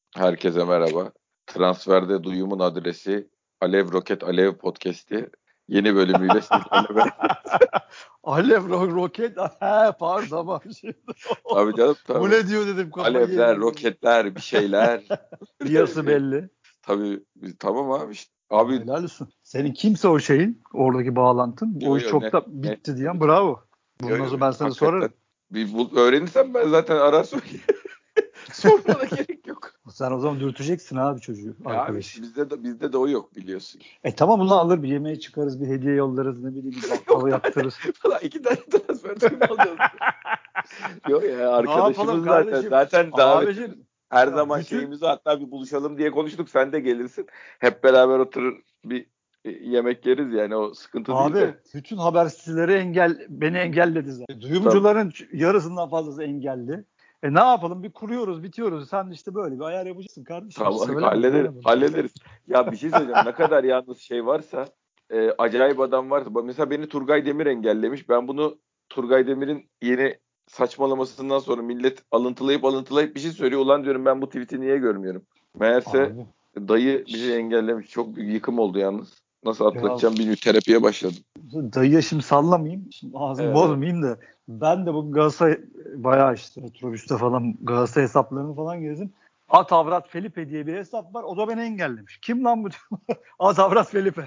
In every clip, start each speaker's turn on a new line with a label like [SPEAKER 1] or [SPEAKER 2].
[SPEAKER 1] Herkese merhaba. Transferde Duyum'un adresi Alev Roket Alev Podcast'i yeni bölümüyle sizlerle beraber.
[SPEAKER 2] Alev roket. He pardon tamam şimdi.
[SPEAKER 1] Tabii canım
[SPEAKER 2] Bu
[SPEAKER 1] tabii.
[SPEAKER 2] ne diyor dedim kafayı
[SPEAKER 1] Alevler,
[SPEAKER 2] yedim şimdi.
[SPEAKER 1] roketler, bir şeyler.
[SPEAKER 2] Diyası belli.
[SPEAKER 1] Tabii tamam abi işte.
[SPEAKER 2] Ama
[SPEAKER 1] Abi
[SPEAKER 2] helal olsun. Senin kimse o şeyin oradaki bağlantın o
[SPEAKER 1] yo
[SPEAKER 2] iş
[SPEAKER 1] yo
[SPEAKER 2] çok
[SPEAKER 1] net
[SPEAKER 2] da
[SPEAKER 1] net
[SPEAKER 2] bitti
[SPEAKER 1] tabii
[SPEAKER 2] diyen
[SPEAKER 1] canım.
[SPEAKER 2] bravo.
[SPEAKER 1] Yo
[SPEAKER 2] Bundan
[SPEAKER 1] yo
[SPEAKER 2] sonra ben sana
[SPEAKER 1] hakikaten
[SPEAKER 2] sorarım.
[SPEAKER 1] öğrenirsem ben zaten arar söyleyeyim. Sormana gerek yok.
[SPEAKER 2] Sen o zaman dürteceksin abi çocuğu
[SPEAKER 1] Abi işte
[SPEAKER 2] arkadaş.
[SPEAKER 1] bizde de o yok biliyorsun.
[SPEAKER 2] Tamam bunu alır bir yemeğe çıkarız bir hediye yollarız ne bileyim bir
[SPEAKER 1] Yok
[SPEAKER 2] baklava yaptırırız.
[SPEAKER 1] falan 2 tane transfer mi alacağız? Yok ya
[SPEAKER 2] Ne yapalım
[SPEAKER 1] arkadaşımız zaten.
[SPEAKER 2] kardeşim?
[SPEAKER 1] Zaten davetimiz
[SPEAKER 2] Abicim
[SPEAKER 1] her
[SPEAKER 2] ya
[SPEAKER 1] zaman
[SPEAKER 2] bütün
[SPEAKER 1] şeyimizi hatta bir buluşalım diye konuştuk. Sen de gelirsin. Hep beraber oturur bir yemek yeriz yani o sıkıntı değil
[SPEAKER 2] Abi
[SPEAKER 1] de.
[SPEAKER 2] bütün haber siteleri beni engelledi zaten.
[SPEAKER 1] Tabii,
[SPEAKER 2] Duyumcuların yarısından fazlası engelli. Ne yapalım bir kuruyoruz bitiyoruz. Sen işte böyle bir ayar yapacaksın kardeşim.
[SPEAKER 1] tamam
[SPEAKER 2] Söylemedin
[SPEAKER 1] hallederiz,
[SPEAKER 2] denemedin.
[SPEAKER 1] hallederiz. Ya bir şey söyleyeceğim. Ne kadar yalnız şey varsa acayip adam varsa. Mesela beni Turgay Demir engellemiş. Ben bunu Turgay Demir'in yeni saçmalamasından sonra millet alıntılayıp bir şey söylüyor. Ulan diyorum ben bu tweet'i niye görmüyorum? Meğerse
[SPEAKER 2] Abi
[SPEAKER 1] dayı bizi engellemiş. Çok büyük yıkım oldu yalnız. Nasıl
[SPEAKER 2] ya
[SPEAKER 1] atlatacağım bilmiyorum. Terapiye başladım.
[SPEAKER 2] dayıya şimdi sallamayayım. Şimdi ağzını
[SPEAKER 1] Evet, evet.
[SPEAKER 2] bozmayayım da ben de bu Galatasaray bayağı işte metrobüste falan Galatasaray hesaplarını falan gezdim. Atavrat Felipe diye bir hesap var. O da beni engellemiş. Kim lan bu? Atavrat Felipe.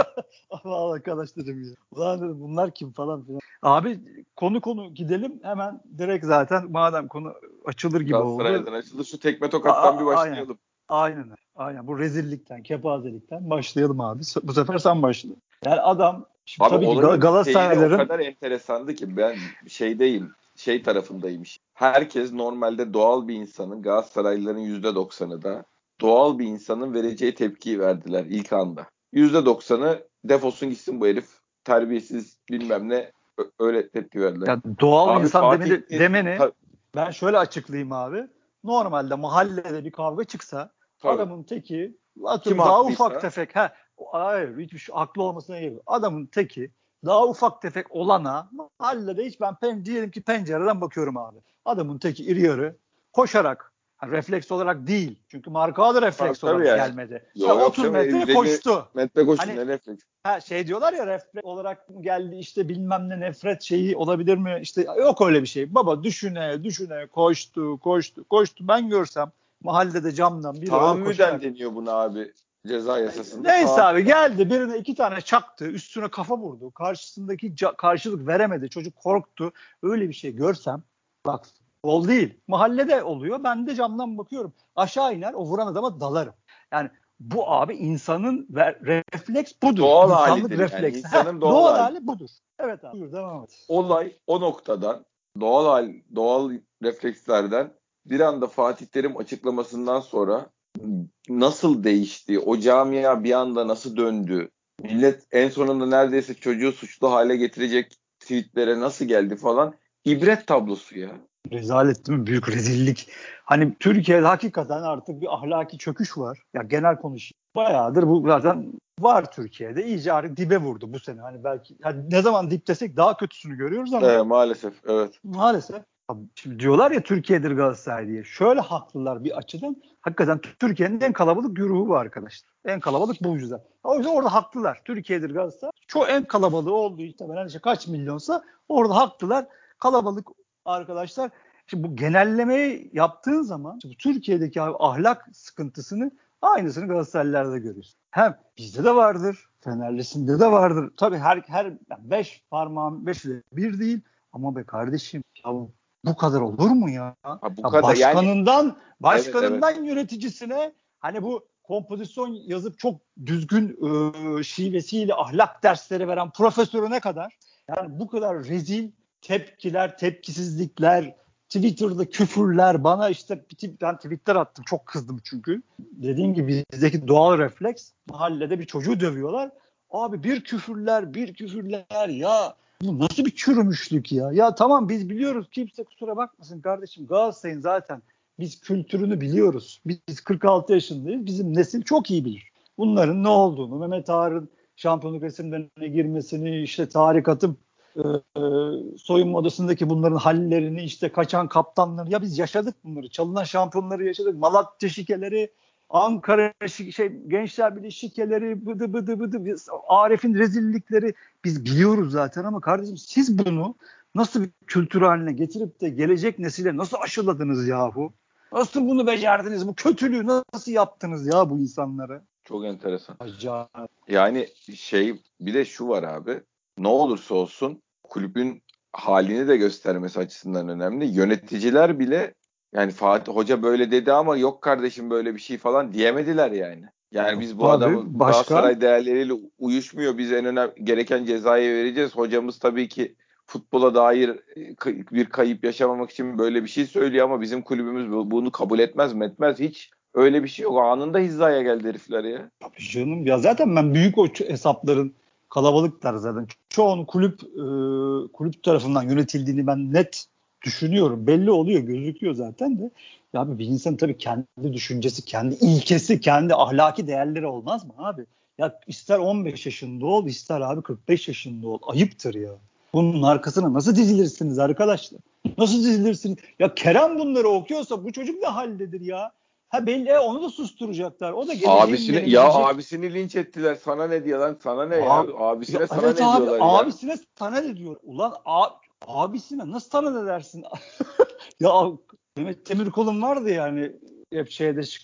[SPEAKER 2] Allah arkadaş dedim ya. Ulan dedim bunlar kim falan filan. Abi konu gidelim hemen direkt zaten madem konu açılır gibi oldu.
[SPEAKER 1] Galatasaray'dan açıldı. Şu tekme tokattan bir
[SPEAKER 2] Aynen.
[SPEAKER 1] başlayalım.
[SPEAKER 2] Aynen. Bu rezillikten, kepazelikten başlayalım abi. Bu sefer sen başla. Yani adam şimdi
[SPEAKER 1] Abi
[SPEAKER 2] tabii ki
[SPEAKER 1] olayın seyri o
[SPEAKER 2] Galatasaraylıların
[SPEAKER 1] kadar enteresandı ki ben şeydeyim, şey tarafındayım. Herkes normalde doğal bir insanın, Galatasaraylıların %90'ı da doğal bir insanın vereceği tepkiyi verdiler ilk anda. %90'ı defolsun gitsin bu herif, terbiyesiz bilmem ne öyle tepki verdiler.
[SPEAKER 2] ya doğal
[SPEAKER 1] Abi
[SPEAKER 2] insan
[SPEAKER 1] Fatih Terim,
[SPEAKER 2] demeni ben şöyle açıklayayım abi. Normalde mahallede bir kavga çıksa
[SPEAKER 1] tabii
[SPEAKER 2] adamın teki
[SPEAKER 1] kim
[SPEAKER 2] atıyorum daha ufak
[SPEAKER 1] haklıysa
[SPEAKER 2] tefek hayır hiçbir şey haklı olmasına gerek yok. Adamın teki daha ufak tefek olana mahallede hiç ben diyelim ki pencereden bakıyorum abi. Adamın teki iri yarı koşarak refleks olarak değil. Çünkü marka da
[SPEAKER 1] tabii
[SPEAKER 2] refleks
[SPEAKER 1] tabii
[SPEAKER 2] olarak
[SPEAKER 1] yani.
[SPEAKER 2] gelmedi.
[SPEAKER 1] Yok
[SPEAKER 2] 30
[SPEAKER 1] canım ya
[SPEAKER 2] metre
[SPEAKER 1] 150
[SPEAKER 2] koştu.
[SPEAKER 1] metre koşun
[SPEAKER 2] Hani
[SPEAKER 1] ne refleks.
[SPEAKER 2] şey diyorlar ya refleks olarak mı geldi işte bilmem ne nefret şeyi olabilir mi? İşte yok öyle bir şey. Baba düşüne koştu. Ben görsem mahallede camdan biri öyle
[SPEAKER 1] Tahammüden
[SPEAKER 2] koşarak.
[SPEAKER 1] deniyor buna abi ceza yasasında.
[SPEAKER 2] Neyse abi
[SPEAKER 1] Tahammüden.
[SPEAKER 2] geldi birine 2 tane çaktı üstüne kafa vurdu. Karşısındaki karşılık veremedi. Çocuk korktu. Öyle bir şey görsem bak futbol değil. Mahallede oluyor. Ben de camdan bakıyorum. Aşağı iner o vuran adama dalarım. Yani bu abi insanın refleks budur.
[SPEAKER 1] Doğal
[SPEAKER 2] İnsanlık
[SPEAKER 1] halidir yani.
[SPEAKER 2] refleksi.
[SPEAKER 1] İnsanın doğal
[SPEAKER 2] Doğal
[SPEAKER 1] hali.
[SPEAKER 2] hali budur. Evet abi. Buyur devam et.
[SPEAKER 1] Olay o noktadan doğal reflekslerden bir anda Fatih Terim açıklamasından sonra nasıl değişti? O camia bir anda nasıl döndü? Millet en sonunda neredeyse çocuğu suçlu hale getirecek tweetlere nasıl geldi falan. İbret tablosu ya.
[SPEAKER 2] Rezalet değil mi? Büyük rezillik. Hani Türkiye'de hakikaten artık bir ahlaki çöküş var. Ya genel konuşayım. Bayağıdır bu zaten var Türkiye'de. İyice artık dibe vurdu bu sene. Hani belki hani ne zaman dip desek daha kötüsünü görüyoruz ama
[SPEAKER 1] Maalesef evet.
[SPEAKER 2] maalesef. Şimdi diyorlar ya Türkiye'dir Galatasaray diye. Şöyle haklılar bir açıdan. Hakikaten Türkiye'nin en kalabalık güruhu bu arkadaşlar. En kalabalık bu yüzden. O yüzden orada haklılar. Türkiye'dir Galatasaray. Çoğu en kalabalığı olduğu muhtemelen işte kaç milyonsa orada haklılar. Kalabalık arkadaşlar. Şimdi bu genellemeyi yaptığın zaman Türkiye'deki ahlak sıkıntısını aynısını Galatasaraylılarda görüyorsun. Hem bizde de vardır, Fenerlisinde de vardır. Tabii her 5 parmağın 5'i bir değil. Ama be kardeşim ya bu kadar olur mu ya?
[SPEAKER 1] Ha, bu
[SPEAKER 2] Ya
[SPEAKER 1] kadar yani evet evet.
[SPEAKER 2] başkanından yöneticisine hani bu kompozisyon yazıp çok düzgün şivesiyle ahlak dersleri veren profesörüne kadar yani bu kadar rezil tepkiler, tepkisizlikler, Twitter'da küfürler bana işte ben Twitter attım çok kızdım çünkü. Dediğim gibi bizdeki doğal refleks mahallede bir çocuğu dövüyorlar. Abi bir küfürler ya bu nasıl bir çürümüşlük ya? Ya tamam biz biliyoruz kimse kusura bakmasın kardeşim Galatasaray'ın zaten biz kültürünü biliyoruz. Biz 46 yaşındayız. Bizim nesil çok iyi bilir. Bunların ne olduğunu, Mehmet Ağar'ın şampiyonluk resimlerine girmesini, işte tarikatın e, soyunma odasındaki bunların hallerini, işte kaçan kaptanları, ya biz yaşadık bunları. Çalınan şampiyonları yaşadık. Malatya şikeleri, Ankara Gençler Birliği şikeleri, bıdı bıdı bıdı. Arif'in rezillikleri biz biliyoruz zaten ama kardeşim siz bunu nasıl bir kültür haline getirip de gelecek nesile nasıl aşıladınız yahu? Nasıl bunu becerdiniz? Bu kötülüğü nasıl yaptınız ya bu insanlara?
[SPEAKER 1] Çok enteresan.
[SPEAKER 2] Acayip.
[SPEAKER 1] Yani bir de şu var abi. Ne olursa olsun kulübün halini de göstermesi açısından önemli. Yöneticiler bile yani Fatih Hoca böyle dedi ama yok kardeşim böyle bir şey falan diyemediler yani. Yani biz bu adamı
[SPEAKER 2] Tabii başkan.
[SPEAKER 1] Galatasaray değerleriyle uyuşmuyor. Biz en önemli gereken cezayı vereceğiz. Hocamız tabii ki futbola dair bir kayıp yaşamamak için böyle bir şey söylüyor ama bizim kulübümüz bunu kabul etmez mi? Etmez. Hiç öyle bir şey yok. Anında hizaya geldi herifler ya.
[SPEAKER 2] Tabii canım. Ya zaten ben büyük o hesapların kalabalıklar zaten. Çoğunun kulüp tarafından yönetildiğini ben net düşünüyorum. Belli oluyor, gözüküyor zaten de. Ya abi bir insan tabii kendi düşüncesi, kendi ilkesi, kendi ahlaki değerleri olmaz mı abi? Ya ister 15 yaşında ol, ister abi 45 yaşında ol. Ayıptır ya. Bunun arkasına nasıl dizilirsiniz arkadaşlar? Nasıl dizilirsiniz? Ya Kerem bunları okuyorsa bu çocuk ne haldedir ya? Ha belli onu da susturacaklar. O da geleceğim benim diyecek.
[SPEAKER 1] Abisini linç ettiler. Sana ne diyor lan? Sana ne ya?
[SPEAKER 2] Abi, ya
[SPEAKER 1] Abisine sana
[SPEAKER 2] evet
[SPEAKER 1] ne
[SPEAKER 2] abi
[SPEAKER 1] diyorlar ya?
[SPEAKER 2] abisine sana ne diyor? Ulan abisine nasıl sana ne dersin? Ya Mehmet Demirkol'un vardı yani hep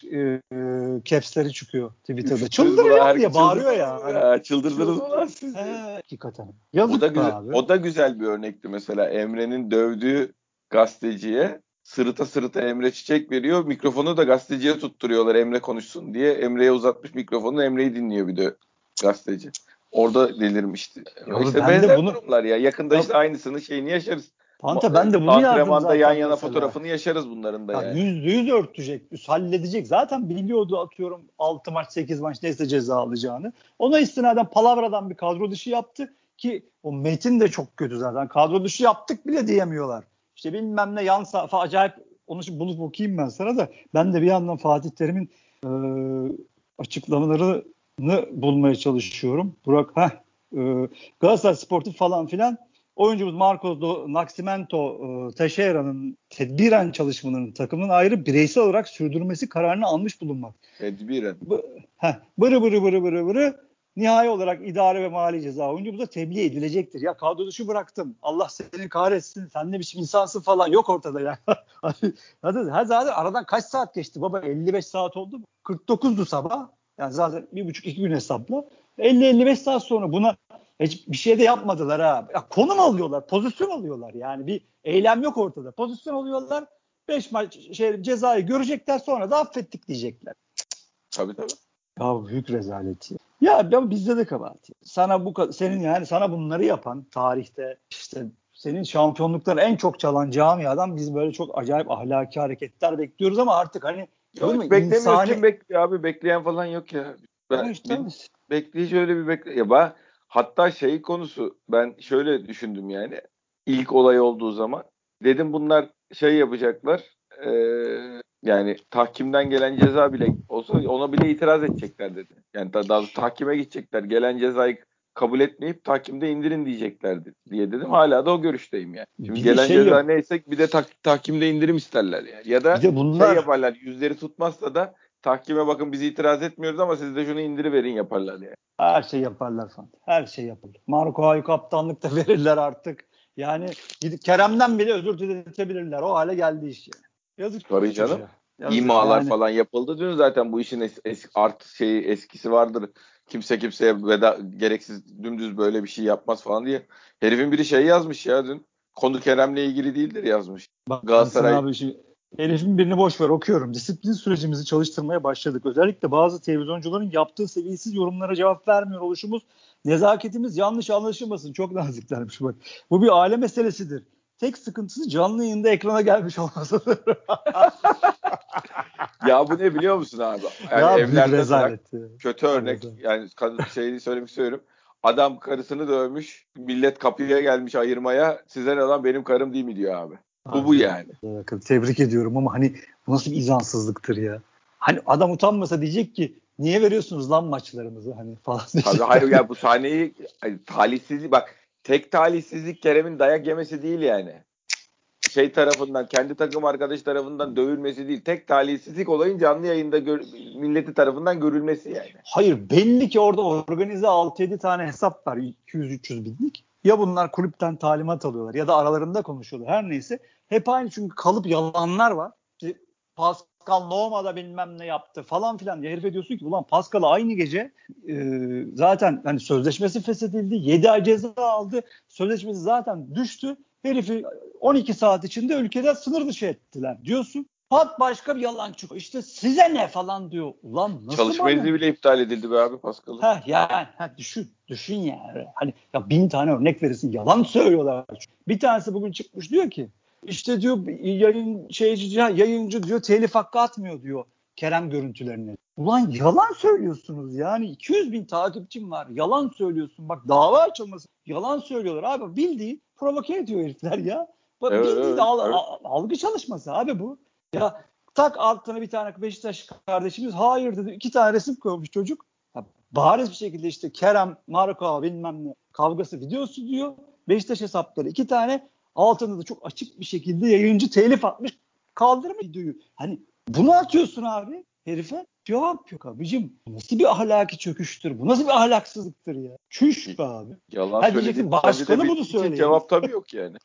[SPEAKER 2] caps'leri çıkıyor Twitter'da.
[SPEAKER 1] Siz buna
[SPEAKER 2] Çıldıracağım diye bağırıyor
[SPEAKER 1] çıldırdınız
[SPEAKER 2] ya.
[SPEAKER 1] mı
[SPEAKER 2] Hani,
[SPEAKER 1] ya? Çıldırdınız mı lan siz
[SPEAKER 2] he,
[SPEAKER 1] ya?
[SPEAKER 2] hakikaten.
[SPEAKER 1] O da
[SPEAKER 2] Yazık be
[SPEAKER 1] güzel,
[SPEAKER 2] abi.
[SPEAKER 1] o da güzel bir örnekti mesela. Emre'nin dövdüğü gazeteciye sırıta sırıta Emre çiçek veriyor. Mikrofonu da gazeteciye tutturuyorlar Emre konuşsun diye. Emre'ye uzatmış mikrofonu. Emre'yi dinliyor bir de gazeteci. Orada delirmişti.
[SPEAKER 2] Ya
[SPEAKER 1] İşte
[SPEAKER 2] ben de
[SPEAKER 1] benzer
[SPEAKER 2] bunu
[SPEAKER 1] durumlar ya. Yakında
[SPEAKER 2] ya
[SPEAKER 1] işte aynısını şeyini yaşarız.
[SPEAKER 2] Fanta ben de bunu yazdım
[SPEAKER 1] Antrenmanda yan
[SPEAKER 2] zaten
[SPEAKER 1] yana
[SPEAKER 2] mesela.
[SPEAKER 1] fotoğrafını yaşarız bunların da
[SPEAKER 2] Ya
[SPEAKER 1] yani.
[SPEAKER 2] %100 örtecek, halledecek. Zaten biliyordu atıyorum 6 maç 8 maç neyse ceza alacağını. Ona istinaden palavradan bir kadro dışı yaptı ki o Metin de çok kötü zaten. Kadro dışı yaptık bile diyemiyorlar. İşte bilmem ne yan sayfa acayip onu şimdi bulup okuyayım ben sana da. Ben de bir yandan Fatih Terim'in e, açıklamalarını bulmaya çalışıyorum. Burak Galatasaray Sportif falan filan. Oyuncumuz Marcos Nascimento Teixeira'nın tedbiren çalışmalarının takımın ayrı bireysel olarak sürdürmesi kararını almış bulunmak.
[SPEAKER 1] Tedbiren.
[SPEAKER 2] Bırı bırı bırı bırı bırı nihai olarak idare ve mali ceza oyuncumuza tebliğ edilecektir. Ya kadro dışı bıraktım. Allah seni kahretsin. Sen ne biçim insansın falan yok ortada ya. Zaten aradan kaç saat geçti baba? 55 saat oldu mu? 49'du sabah. Yani zaten 1,5-2 gün hesapla. 50-55 saat sonra buna hiç bir şey de yapmadılar ha. Ya konum alıyorlar, pozisyon alıyorlar. Yani bir eylem yok ortada. Pozisyon alıyorlar. 5 maç cezayı görecekler sonra da affettik diyecekler.
[SPEAKER 1] Tabii tabii.
[SPEAKER 2] Ya büyük rezalet ya. Ya bizde de kabahat. Senin yani sana bunları yapan tarihte işte senin şampiyonlukları en çok çalan camiadan biz böyle çok acayip ahlaki hareketler bekliyoruz ama artık hani
[SPEAKER 1] Yok
[SPEAKER 2] bunu
[SPEAKER 1] beklemiyoruz. Kim
[SPEAKER 2] insani
[SPEAKER 1] bekliyor abi? Bekleyen falan yok ya.
[SPEAKER 2] ama işte
[SPEAKER 1] Bekleyici öyle bir Ya ben hatta şey konusu ben şöyle düşündüm yani. İlk olay olduğu zaman dedim bunlar şey yapacaklar. Yani tahkimden gelen ceza bile olsa ona bile itiraz edecekler dedi. Yani daha doğrusu tahkime gidecekler. Gelen cezayı kabul etmeyip tahkimde indirin diyeceklerdi diye dedim. Hala da o görüşteyim yani. Şimdi
[SPEAKER 2] bir de
[SPEAKER 1] gelen ceza neyse bir de tahkimde indirim isterler yani. Ya
[SPEAKER 2] bir
[SPEAKER 1] da
[SPEAKER 2] de
[SPEAKER 1] şey
[SPEAKER 2] bunlar
[SPEAKER 1] yaparlar yüzleri tutmazsa da tahkime bakın biz itiraz etmiyoruz ama siz de şunu indiriverin yaparlar yani.
[SPEAKER 2] her şey yaparlar falan. Her şey yapılır. Marco Ay kaptanlık da verirler artık. Yani gidip Kerem'den bile özür diletebilirler. O hale geldi iş yani. Yazık
[SPEAKER 1] Tabii canım.
[SPEAKER 2] çocuğa. Yazık
[SPEAKER 1] İmalar
[SPEAKER 2] yani.
[SPEAKER 1] falan yapıldı dün zaten bu işin eskisi vardır. Kimse kimseye gereksiz dümdüz böyle bir şey yapmaz falan diye. Herifin biri şey yazmış ya dün. Konu Kerem'le ilgili değildir yazmış.
[SPEAKER 2] Bak ben sana
[SPEAKER 1] Galatasaray
[SPEAKER 2] abi şimdi herifin birini boş ver okuyorum. Disiplin sürecimizi çalıştırmaya başladık. Özellikle bazı televizyoncuların yaptığı seviyesiz yorumlara cevap vermiyor oluşumuz. Nezaketimiz yanlış anlaşılmasın. Çok naziklermiş bak. Bu bir aile meselesidir. Tek sıkıntısı canlı yayında ekrana gelmiş olmasıdır.
[SPEAKER 1] ya bu ne biliyor musun abi? Yani
[SPEAKER 2] Ya büyük
[SPEAKER 1] evlerden bırak
[SPEAKER 2] rezalet.
[SPEAKER 1] kötü
[SPEAKER 2] Evet.
[SPEAKER 1] örnek yani şeyi söylemek istiyorum. Adam karısını dövmüş. Millet kapıya gelmiş ayırmaya. Size ne lan benim karım değil mi diyor abi. Bu
[SPEAKER 2] Abi,
[SPEAKER 1] yani.
[SPEAKER 2] tebrik ediyorum ama hani bu nasıl bir izansızlıktır ya. Hani adam utanmasa diyecek ki niye veriyorsunuz lan maçlarımızı hani falan
[SPEAKER 1] Tabii
[SPEAKER 2] diyecek
[SPEAKER 1] hayır
[SPEAKER 2] yani.
[SPEAKER 1] ya bu sahneyi talihsiz bak tek talihsizlik Kerem'in dayak yemesi değil yani. Şey tarafından, kendi takım arkadaş tarafından dövülmesi değil. Tek talihsizlik olayın canlı yayında milleti tarafından görülmesi yani.
[SPEAKER 2] Hayır, belli ki orada organize 6-7 tane hesap var, 200-300 binlik. Ya bunlar kulüpten talimat alıyorlar ya da aralarında konuşuyorlar. Her neyse. Hep aynı, çünkü kalıp yalanlar var. İşte Pascal Nohma'da bilmem ne yaptı falan filan. Ya herife diyorsun ki ulan Pascal'a aynı gece zaten hani sözleşmesi feshedildi. 7 ay ceza aldı. Sözleşmesi zaten düştü. Herifi 12 saat içinde ülkeden sınır dışı ettiler diyorsun. Pat başka bir yalan çıkıyor. İşte size ne falan diyor. Ulan nasıl
[SPEAKER 1] Çalışma
[SPEAKER 2] bana?
[SPEAKER 1] izni bile iptal edildi be abi Pascal'ın.
[SPEAKER 2] Düşün yani. Hani ya 1000 tane örnek verirsin. Yalan söylüyorlar. Bir tanesi bugün çıkmış diyor ki işte diyor yayıncı diyor telif hakkı atmıyor diyor Kerem görüntülerini. Ulan yalan söylüyorsunuz yani. 200 bin takipçim var. Yalan söylüyorsun. Bak dava açılması. Yalan söylüyorlar abi. Bildiğin provoke ediyor herifler ya. Bak, bildiğin
[SPEAKER 1] Evet.
[SPEAKER 2] algı çalışması abi bu. Ya tak altına bir tane Beşiktaş kardeşimiz hayır dedi. 2 tane resim koymuş çocuk. Ya, bariz bir şekilde işte Kerem, Marco bilmem ne kavgası videosu diyor. Beşiktaş hesapları 2 tane, altında da çok açık bir şekilde yayıncı telif atmış. Kaldırma videoyu. Hani bunu atıyorsun abi herife. Cevap yok abicim. Bu nasıl bir ahlaki çöküştür? Bu nasıl bir ahlaksızlıktır ya? Çüş be abi.
[SPEAKER 1] Yalan
[SPEAKER 2] Ha
[SPEAKER 1] söylediğini
[SPEAKER 2] diyeceksin
[SPEAKER 1] kendine
[SPEAKER 2] başkanı bunu
[SPEAKER 1] bildiği için
[SPEAKER 2] söyleyen.
[SPEAKER 1] cevap tabii yok yani.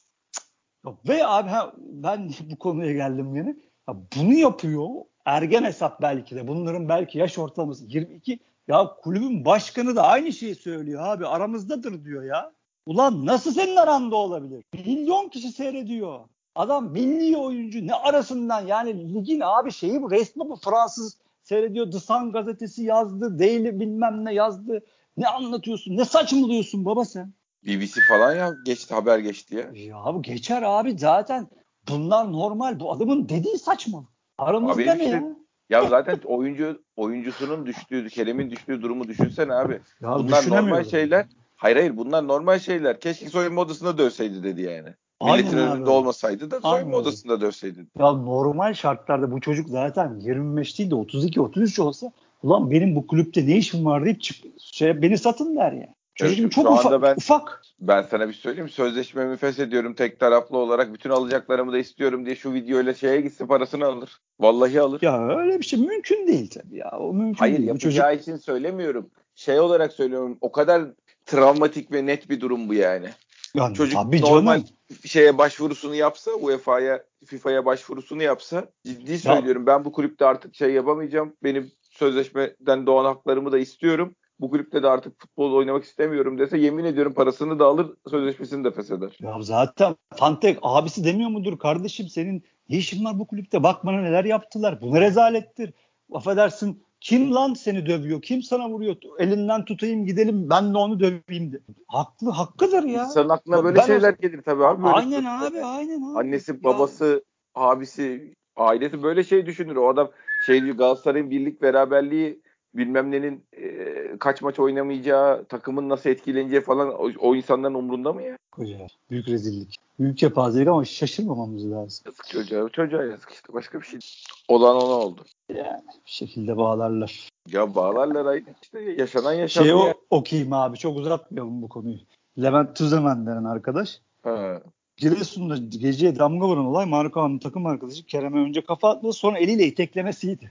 [SPEAKER 2] Ve abi ben bu konuya geldim yine. Ya bunu yapıyor. Ergen hesap belki de. Bunların belki yaş ortalaması 22. Ya kulübün başkanı da aynı şeyi söylüyor abi. Aramızdadır diyor ya. Ulan nasıl senin aranda olabilir? Milyon kişi seyrediyor. Adam milli oyuncu, ne arasından yani ligin abi şeyi bu, resmi bu, Fransız seyrediyor. The Sun gazetesi yazdı. Daily bilmem ne yazdı. Ne anlatıyorsun? Ne saçmalıyorsun baba sen?
[SPEAKER 1] BBC falan ya haber geçti ya.
[SPEAKER 2] Ya bu geçer abi zaten. Bunlar normal. Bu adamın dediği saçma.
[SPEAKER 1] Abi
[SPEAKER 2] Aramızda
[SPEAKER 1] herif
[SPEAKER 2] ne
[SPEAKER 1] işte
[SPEAKER 2] ya?
[SPEAKER 1] ya zaten oyuncusunun düştüğü, Kerem'in düştüğü durumu düşünsene abi.
[SPEAKER 2] Ya
[SPEAKER 1] Bunlar normal
[SPEAKER 2] düşünemiyorum.
[SPEAKER 1] şeyler. Hayır bunlar normal şeyler. Keşke soyunma odasında dövseydi dedi yani.
[SPEAKER 2] Aynen
[SPEAKER 1] Milletin önünde
[SPEAKER 2] abi.
[SPEAKER 1] olmasaydı da
[SPEAKER 2] Aynen
[SPEAKER 1] soyunma
[SPEAKER 2] öyle.
[SPEAKER 1] odasında dövseydi.
[SPEAKER 2] Ya normal şartlarda bu çocuk zaten 25 değil de 32-33 olsa ulan benim bu kulüpte ne işim var deyip beni satın der ya. Çocuk
[SPEAKER 1] Şu
[SPEAKER 2] çok
[SPEAKER 1] anda
[SPEAKER 2] ufak.
[SPEAKER 1] ben sana bir söyleyeyim. Sözleşmemi feshediyorum tek taraflı olarak. Bütün alacaklarımı da istiyorum diye şu videoyla şeye gitsin parasını alır. Vallahi alır.
[SPEAKER 2] Ya öyle bir şey mümkün değil tabii ya. O mümkün
[SPEAKER 1] Hayır
[SPEAKER 2] değil. Bu çocuk
[SPEAKER 1] yapacağı için söylemiyorum. Şey olarak söylüyorum. O kadar travmatik ve net bir durum bu yani.
[SPEAKER 2] yani
[SPEAKER 1] Çocuk
[SPEAKER 2] tabii
[SPEAKER 1] normal
[SPEAKER 2] canım.
[SPEAKER 1] şeye başvurusunu yapsa, UEFA'ya, FIFA'ya başvurusunu yapsa, ciddi
[SPEAKER 2] Ya
[SPEAKER 1] söylüyorum ben bu kulüpte artık şey yapamayacağım. Benim sözleşmeden doğan haklarımı da istiyorum. Bu kulüpte de artık futbol oynamak istemiyorum dese, yemin ediyorum parasını da alır, sözleşmesini de fesheder.
[SPEAKER 2] Ya zaten Fantek abisi demiyor mudur kardeşim, senin ne işin var bu kulüpte, bak bana neler yaptılar, bu ne rezalettir, affedersin kim lan seni dövüyor, kim sana vuruyor, elinden tutayım gidelim ben de onu döveyim de. Hakkıdır ya.
[SPEAKER 1] İnsanın aklına böyle
[SPEAKER 2] Ben
[SPEAKER 1] şeyler gelir tabii abi, böyle
[SPEAKER 2] aynen abi,
[SPEAKER 1] sözlerle.
[SPEAKER 2] aynen abi
[SPEAKER 1] Annesi,
[SPEAKER 2] ya.
[SPEAKER 1] babası, abisi, ailesi böyle şey düşünür. O adam şey diyor, Galatasaray'ın birlik beraberliği bilmem nenin kaç maç oynamayacağı, takımın nasıl etkileneceği falan o insanların umrunda mı ya?
[SPEAKER 2] Koca büyük rezillik, büyük kepazelik, ama şaşırmamamız lazım.
[SPEAKER 1] Yazık çocuğa. Çocuğa yazık işte. Başka bir şey. Olan ona oldu.
[SPEAKER 2] Yani bir şekilde bağlarlar.
[SPEAKER 1] Ya bağlarlar aynı. İşte yaşanan
[SPEAKER 2] Şey
[SPEAKER 1] yaşandı ya.
[SPEAKER 2] okuyayım abi, çok uzatmayalım bu konuyu. Levent Tüzemen denen arkadaş,
[SPEAKER 1] Ha.
[SPEAKER 2] Giresun'da geceye damga vuran olay Marco'nun takım arkadaşı Kerem'e önce kafa atması, sonra eliyle iteklemesiydi.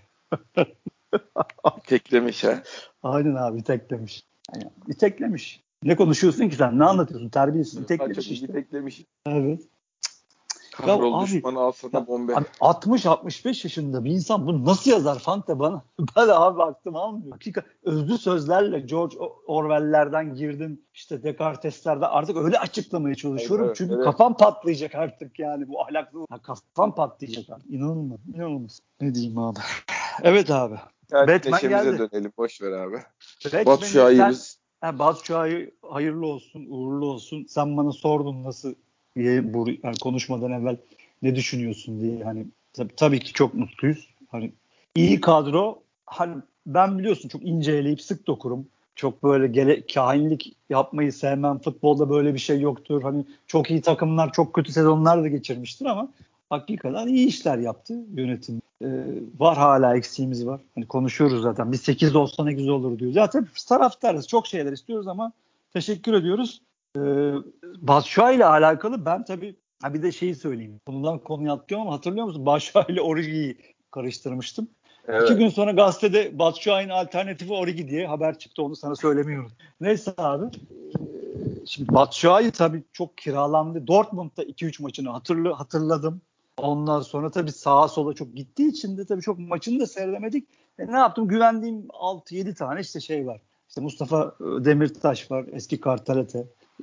[SPEAKER 1] Teklemiş ha.
[SPEAKER 2] Aynen abi, iteklemiş. Yani iteklemiş. Ne konuşuyorsun ki sen? Ne anlatıyorsun? Terbiyesiz.
[SPEAKER 1] Çok
[SPEAKER 2] İteklemiş
[SPEAKER 1] iyi
[SPEAKER 2] işte.
[SPEAKER 1] teklemiş.
[SPEAKER 2] Evet. Ya
[SPEAKER 1] Kahrol
[SPEAKER 2] abi,
[SPEAKER 1] düşmanı al sana bombe.
[SPEAKER 2] abi 60-65 yaşında bir insan bunu nasıl yazar Fante bana? Ben abi aklım almıyor. Hakika özlü sözlerle George Orwell'lerden girdim. İşte Descartes'lerden artık öyle açıklamaya çalışıyorum.
[SPEAKER 1] Evet,
[SPEAKER 2] Çünkü
[SPEAKER 1] evet.
[SPEAKER 2] kafam patlayacak artık yani bu ahlaklı. Kafam patlayacak artık. İnanılmaz. İnanılmaz. Ne diyeyim abi. Evet abi.
[SPEAKER 1] Hadi
[SPEAKER 2] Batman
[SPEAKER 1] neşemize
[SPEAKER 2] geldi.
[SPEAKER 1] dönelim. Boş ver abi. Batu
[SPEAKER 2] Batman'i sen
[SPEAKER 1] Şair'imiz.
[SPEAKER 2] Batu Şua'yı hayırlı olsun, uğurlu olsun. Sen bana sordun nasıl bu yani konuşmadan evvel ne düşünüyorsun diye. Hani tabii ki çok mutluyuz. Hani iyi kadro. Hani ben biliyorsun çok ince eleyip sık dokurum. Çok böyle kahinlik yapmayı sevmem. Futbolda böyle bir şey yoktur. Hani çok iyi takımlar, çok kötü sezonlar da geçirmiştir ama hakikaten iyi işler yaptı yönetim. Var hala eksiğimiz var. Hani konuşuyoruz zaten. Bir 8 olsa ne güzel olur diyoruz. Zaten taraftarız. Çok şeyler istiyoruz ama teşekkür ediyoruz. Batshuayi ile alakalı ben tabii bir de şeyi söyleyeyim. Konudan konuya atlıyorum ama hatırlıyor musun? Batshuayi ile Origi'yi karıştırmıştım.
[SPEAKER 1] Evet.
[SPEAKER 2] 2 gün sonra gazetede Batshuayi'nin alternatifi Origi diye haber çıktı. Onu sana söylemiyorum. Neyse abi. Şimdi Batshuayi tabii çok kiralandı. Dortmund'da 2-3 maçını hatırladım. Ondan sonra tabii sağa sola çok gittiği için de tabii çok maçını da seyredemedik. Ne yaptım? Güvendiğim 6-7 tane işte şey var. İşte Mustafa Demirtaş var. Eski Kartalete.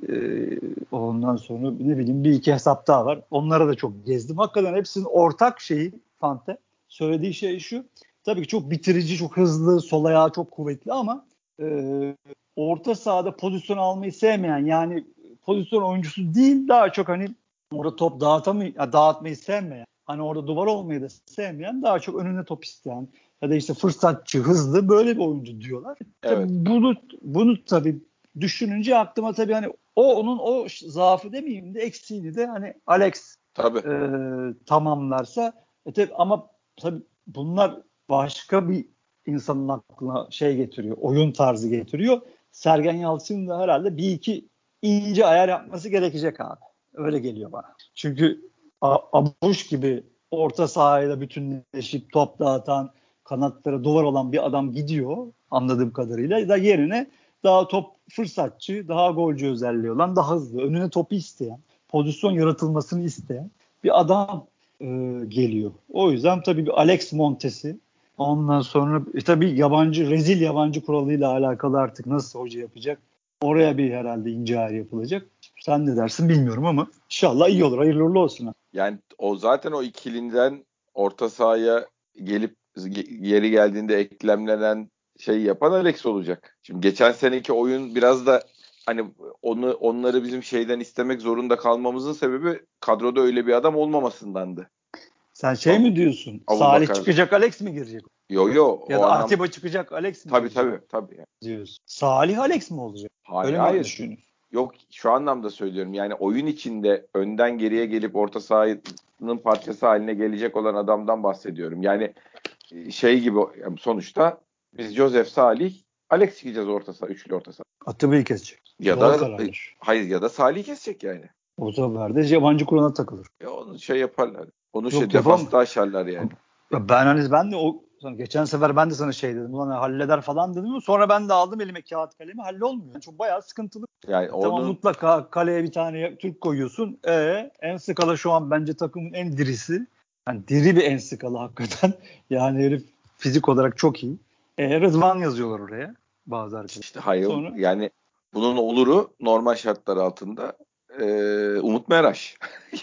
[SPEAKER 2] Ondan sonra ne bileyim bir iki hesap daha var. Onlara da çok gezdim. Hakikaten hepsinin ortak şeyi Fante. Söylediği şey şu. Tabii ki çok bitirici, çok hızlı, sol ayağı çok kuvvetli ama orta sahada pozisyon almayı sevmeyen, yani pozisyon oyuncusu değil, daha çok hani orada top dağıtmayı sevmeyen, hani orada duvar olmayı da sevmeyen, daha çok önüne top isteyen ya da işte fırsatçı, hızlı, böyle bir oyuncu diyorlar.
[SPEAKER 1] Evet.
[SPEAKER 2] Tabii bunu tabii düşününce aklıma tabii hani onun o zaafı demeyeyim de eksiğini de hani Alex
[SPEAKER 1] Tabii.
[SPEAKER 2] tamamlarsa ama tabii bunlar başka bir insanın aklına şey getiriyor, oyun tarzı getiriyor. Sergen Yalçın'ın da herhalde bir iki ince ayar yapması gerekecek abi. Öyle geliyor bana. Çünkü Abuş gibi orta sahayla bütünleşip top dağıtan, kanatlara duvar olan bir adam gidiyor anladığım kadarıyla. Da yerine daha top fırsatçı, daha golcü özelliği olan, daha hızlı, önüne topu isteyen, pozisyon yaratılmasını isteyen bir adam geliyor. O yüzden tabii bir Alex Montes'i, ondan sonra tabii rezil yabancı kuralıyla alakalı artık nasıl hoca yapacak? Oraya bir herhalde ince ayar yapılacak. Sen ne dersin bilmiyorum ama inşallah iyi olur. Hayırlı uğurlu olsun.
[SPEAKER 1] Yani o zaten o ikilinden orta sahaya gelip yeri geldiğinde eklemlenen şey yapan Alex olacak. Şimdi geçen seneki oyun biraz da hani onları bizim şeyden istemek zorunda kalmamızın sebebi kadroda öyle bir adam olmamasındandı.
[SPEAKER 2] Sen şey mi diyorsun? Salih
[SPEAKER 1] Abubakar.
[SPEAKER 2] çıkacak, Alex mi girecek?
[SPEAKER 1] Yo
[SPEAKER 2] Ya
[SPEAKER 1] o
[SPEAKER 2] da
[SPEAKER 1] anlam
[SPEAKER 2] Atiba çıkacak, Alex mi
[SPEAKER 1] tabii
[SPEAKER 2] girecek
[SPEAKER 1] tabii.
[SPEAKER 2] diyorsun. Salih Alex mi olacak? Öyle mi
[SPEAKER 1] Hayır.
[SPEAKER 2] düşünüyorsun?
[SPEAKER 1] Yok şu anlamda söylüyorum. Yani oyun içinde önden geriye gelip orta sahanın parçası haline gelecek olan adamdan bahsediyorum. Yani şey gibi sonuçta biz Joseph, Salih, Alex çıkacağız orta saha, üçlü orta saha.
[SPEAKER 2] Atiba'yı kesecek.
[SPEAKER 1] Ya
[SPEAKER 2] Zor
[SPEAKER 1] da
[SPEAKER 2] kararlar.
[SPEAKER 1] hayır ya da Salih kesecek yani.
[SPEAKER 2] O sefer de yabancı kurana takılır.
[SPEAKER 1] Ya onu şey yaparlar. Onu
[SPEAKER 2] Yok yapam.
[SPEAKER 1] defansta aşarlar yani.
[SPEAKER 2] Ben de geçen sefer ben de sana şey dedim. Ulan halleder falan dedim ama sonra ben de aldım elime kağıt kalemi, hallolmuyor. Yani çok bayağı sıkıntılı.
[SPEAKER 1] Yani
[SPEAKER 2] Tamam,
[SPEAKER 1] onun
[SPEAKER 2] mutlaka kaleye bir tane Türk koyuyorsun. En şu an bence takımın en dirisi. Yani diri bir En hakikaten. Yani herif fizik olarak çok iyi. Rıdvan yazıyorlar oraya bazı arkadaşlar.
[SPEAKER 1] işte hayır
[SPEAKER 2] Sonra
[SPEAKER 1] yani bunun oluru normal şartlar altında Umut Meraş.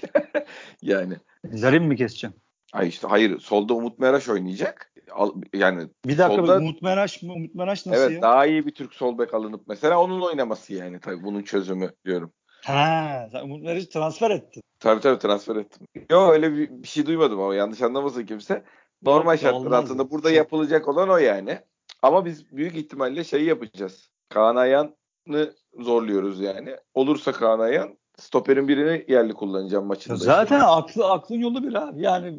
[SPEAKER 1] Yani
[SPEAKER 2] Larin mi keseceğim?
[SPEAKER 1] hayır solda Umut Meraş oynayacak. Yani
[SPEAKER 2] Bir dakika,
[SPEAKER 1] solda
[SPEAKER 2] Umut Meraş mı? Umut Meraş nasıl
[SPEAKER 1] evet
[SPEAKER 2] ya?
[SPEAKER 1] daha iyi bir Türk sol bek alınıp mesela onun oynaması yani tabii bunun çözümü diyorum.
[SPEAKER 2] Sen Umut Meraş'ı transfer ettin.
[SPEAKER 1] Tabii transfer ettim. Yok öyle bir şey duymadım ama yanlış anlamasın kimse. Normal
[SPEAKER 2] Yok ya,
[SPEAKER 1] şartlar
[SPEAKER 2] olmaz ya.
[SPEAKER 1] altında burada yapılacak olan o yani. Ama biz büyük ihtimalle şeyi yapacağız. Kaan Ayhan'ı zorluyoruz yani. Olursa Kaan Ayhan stoperin birini yerli kullanacağım
[SPEAKER 2] Ya
[SPEAKER 1] maçında işte.
[SPEAKER 2] zaten aklın yolu bir abi. Yani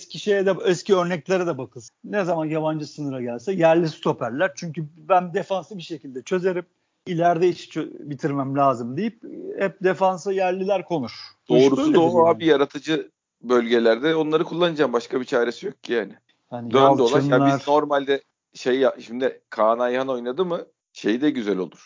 [SPEAKER 2] eski örneklere de bakılsın. Ne zaman yabancı sınıra gelse yerli stoperler. Çünkü ben defansı bir şekilde çözerim. İleride işi bitirmem lazım deyip hep defansa yerliler konur. Bu iş
[SPEAKER 1] Doğrusu da
[SPEAKER 2] böyledir
[SPEAKER 1] o
[SPEAKER 2] yani.
[SPEAKER 1] abi yaratıcı bölgelerde onları kullanacağım. Başka bir çaresi yok ki yani.
[SPEAKER 2] Yani
[SPEAKER 1] Dön dolaş. Ya biz
[SPEAKER 2] Yalçınlar.
[SPEAKER 1] normalde şimdi Kaan Ayhan oynadı mı şey de güzel olur.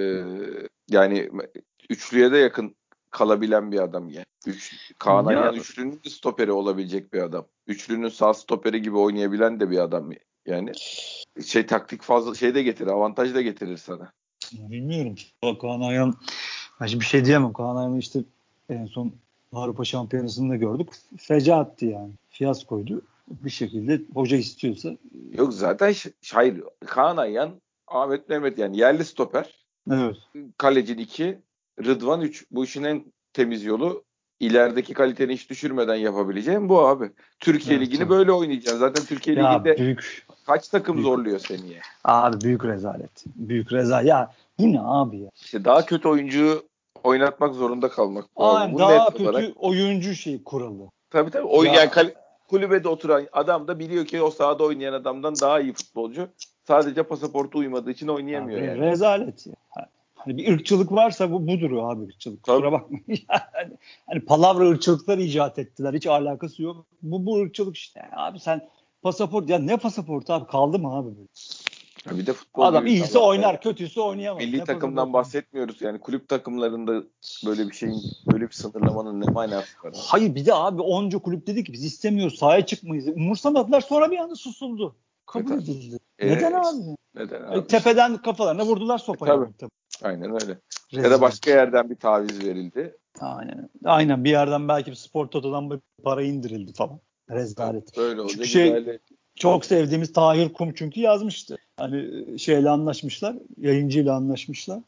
[SPEAKER 1] Yani üçlüye de yakın kalabilen bir adam yani. Kaan
[SPEAKER 2] Ya
[SPEAKER 1] Ayhan üçlünün de stoperi olabilecek bir adam. Üçlünün sağ stoperi gibi oynayabilen de bir adam yani. Taktik fazla şey de getirir, avantaj da getirir sana.
[SPEAKER 2] bilmiyorum. Kaan Ayhan, ben şimdi bir şey diyemem. Kaan Ayhan'ı işte en son Avrupa Şampiyonası'nda gördük. Fecaatti yani. Fiyaskoydu. Bir şekilde hoca istiyorsa.
[SPEAKER 1] Yok zaten hayır. Kaan Ayhan, Ahmet Mehmet yani yerli stoper.
[SPEAKER 2] Evet.
[SPEAKER 1] Kalecin 2, Rıdvan 3. Bu işin en temiz yolu ilerideki kaliteni hiç düşürmeden yapabileceğim bu abi. Türkiye
[SPEAKER 2] Evet
[SPEAKER 1] Ligi'ni
[SPEAKER 2] tabii.
[SPEAKER 1] böyle oynayacaksın. Zaten Türkiye
[SPEAKER 2] Ya
[SPEAKER 1] Ligi'nde kaç takım
[SPEAKER 2] büyük
[SPEAKER 1] zorluyor seni ya?
[SPEAKER 2] abi, büyük rezalet. Büyük rezalet. Ya bu ne abi ya?
[SPEAKER 1] İşte daha kötü oyuncuyu oynatmak zorunda kalmak bu abi.
[SPEAKER 2] Aynen,
[SPEAKER 1] Bu net
[SPEAKER 2] daha
[SPEAKER 1] olarak.
[SPEAKER 2] kötü oyuncu kuralı.
[SPEAKER 1] Tabii yani
[SPEAKER 2] Ya
[SPEAKER 1] kulübede oturan adam da biliyor ki o sahada oynayan adamdan daha iyi futbolcu. Sadece pasaportu uymadığı için oynayamıyor
[SPEAKER 2] abi
[SPEAKER 1] yani.
[SPEAKER 2] rezalet ya. Hani bir ırkçılık varsa budur abi, ırkçılık.
[SPEAKER 1] Tabii.
[SPEAKER 2] Kusura bakmayın. Yani, hani palavra ırkçılıklar icat ettiler. Hiç alakası yok. Bu ırkçılık işte. Yani abi sen pasaport, ya ne pasaport abi, kaldı mı abi böyle?
[SPEAKER 1] Ya bir de futbol
[SPEAKER 2] Adam
[SPEAKER 1] gibi bir
[SPEAKER 2] iyisi
[SPEAKER 1] alanda
[SPEAKER 2] oynar,
[SPEAKER 1] yani.
[SPEAKER 2] kötüsü oynayamaz.
[SPEAKER 1] Milli
[SPEAKER 2] Ne
[SPEAKER 1] takımdan
[SPEAKER 2] pasaportu?
[SPEAKER 1] bahsetmiyoruz yani. Kulüp takımlarında böyle bir şeyin, böyle bir sınırlamanın ne manası var abi?
[SPEAKER 2] Hayır bir de abi onca kulüp dedi ki biz istemiyoruz, sahaya çıkmayız. Umursamadılar, sonra bir anda susuldu. Kabul
[SPEAKER 1] Tabii.
[SPEAKER 2] edildi. Neden
[SPEAKER 1] İşte,
[SPEAKER 2] abi?
[SPEAKER 1] neden
[SPEAKER 2] Ay,
[SPEAKER 1] abi işte.
[SPEAKER 2] tepeden kafalarına vurdular sopayı
[SPEAKER 1] Tabii.
[SPEAKER 2] abi tabii.
[SPEAKER 1] Aynen öyle. Ya da başka
[SPEAKER 2] Rezillik.
[SPEAKER 1] yerden bir taviz verildi.
[SPEAKER 2] Aynen. Aynen, bir yerden belki bir Spor Toto'dan bir para indirildi falan.
[SPEAKER 1] Tabii.
[SPEAKER 2] Rezalet.
[SPEAKER 1] Böyle
[SPEAKER 2] Çünkü
[SPEAKER 1] olacak idare.
[SPEAKER 2] çok sevdiğimiz Tahir Kum çünkü yazmıştı. Hani şeyle anlaşmışlar, yayıncıyla anlaşmışlar.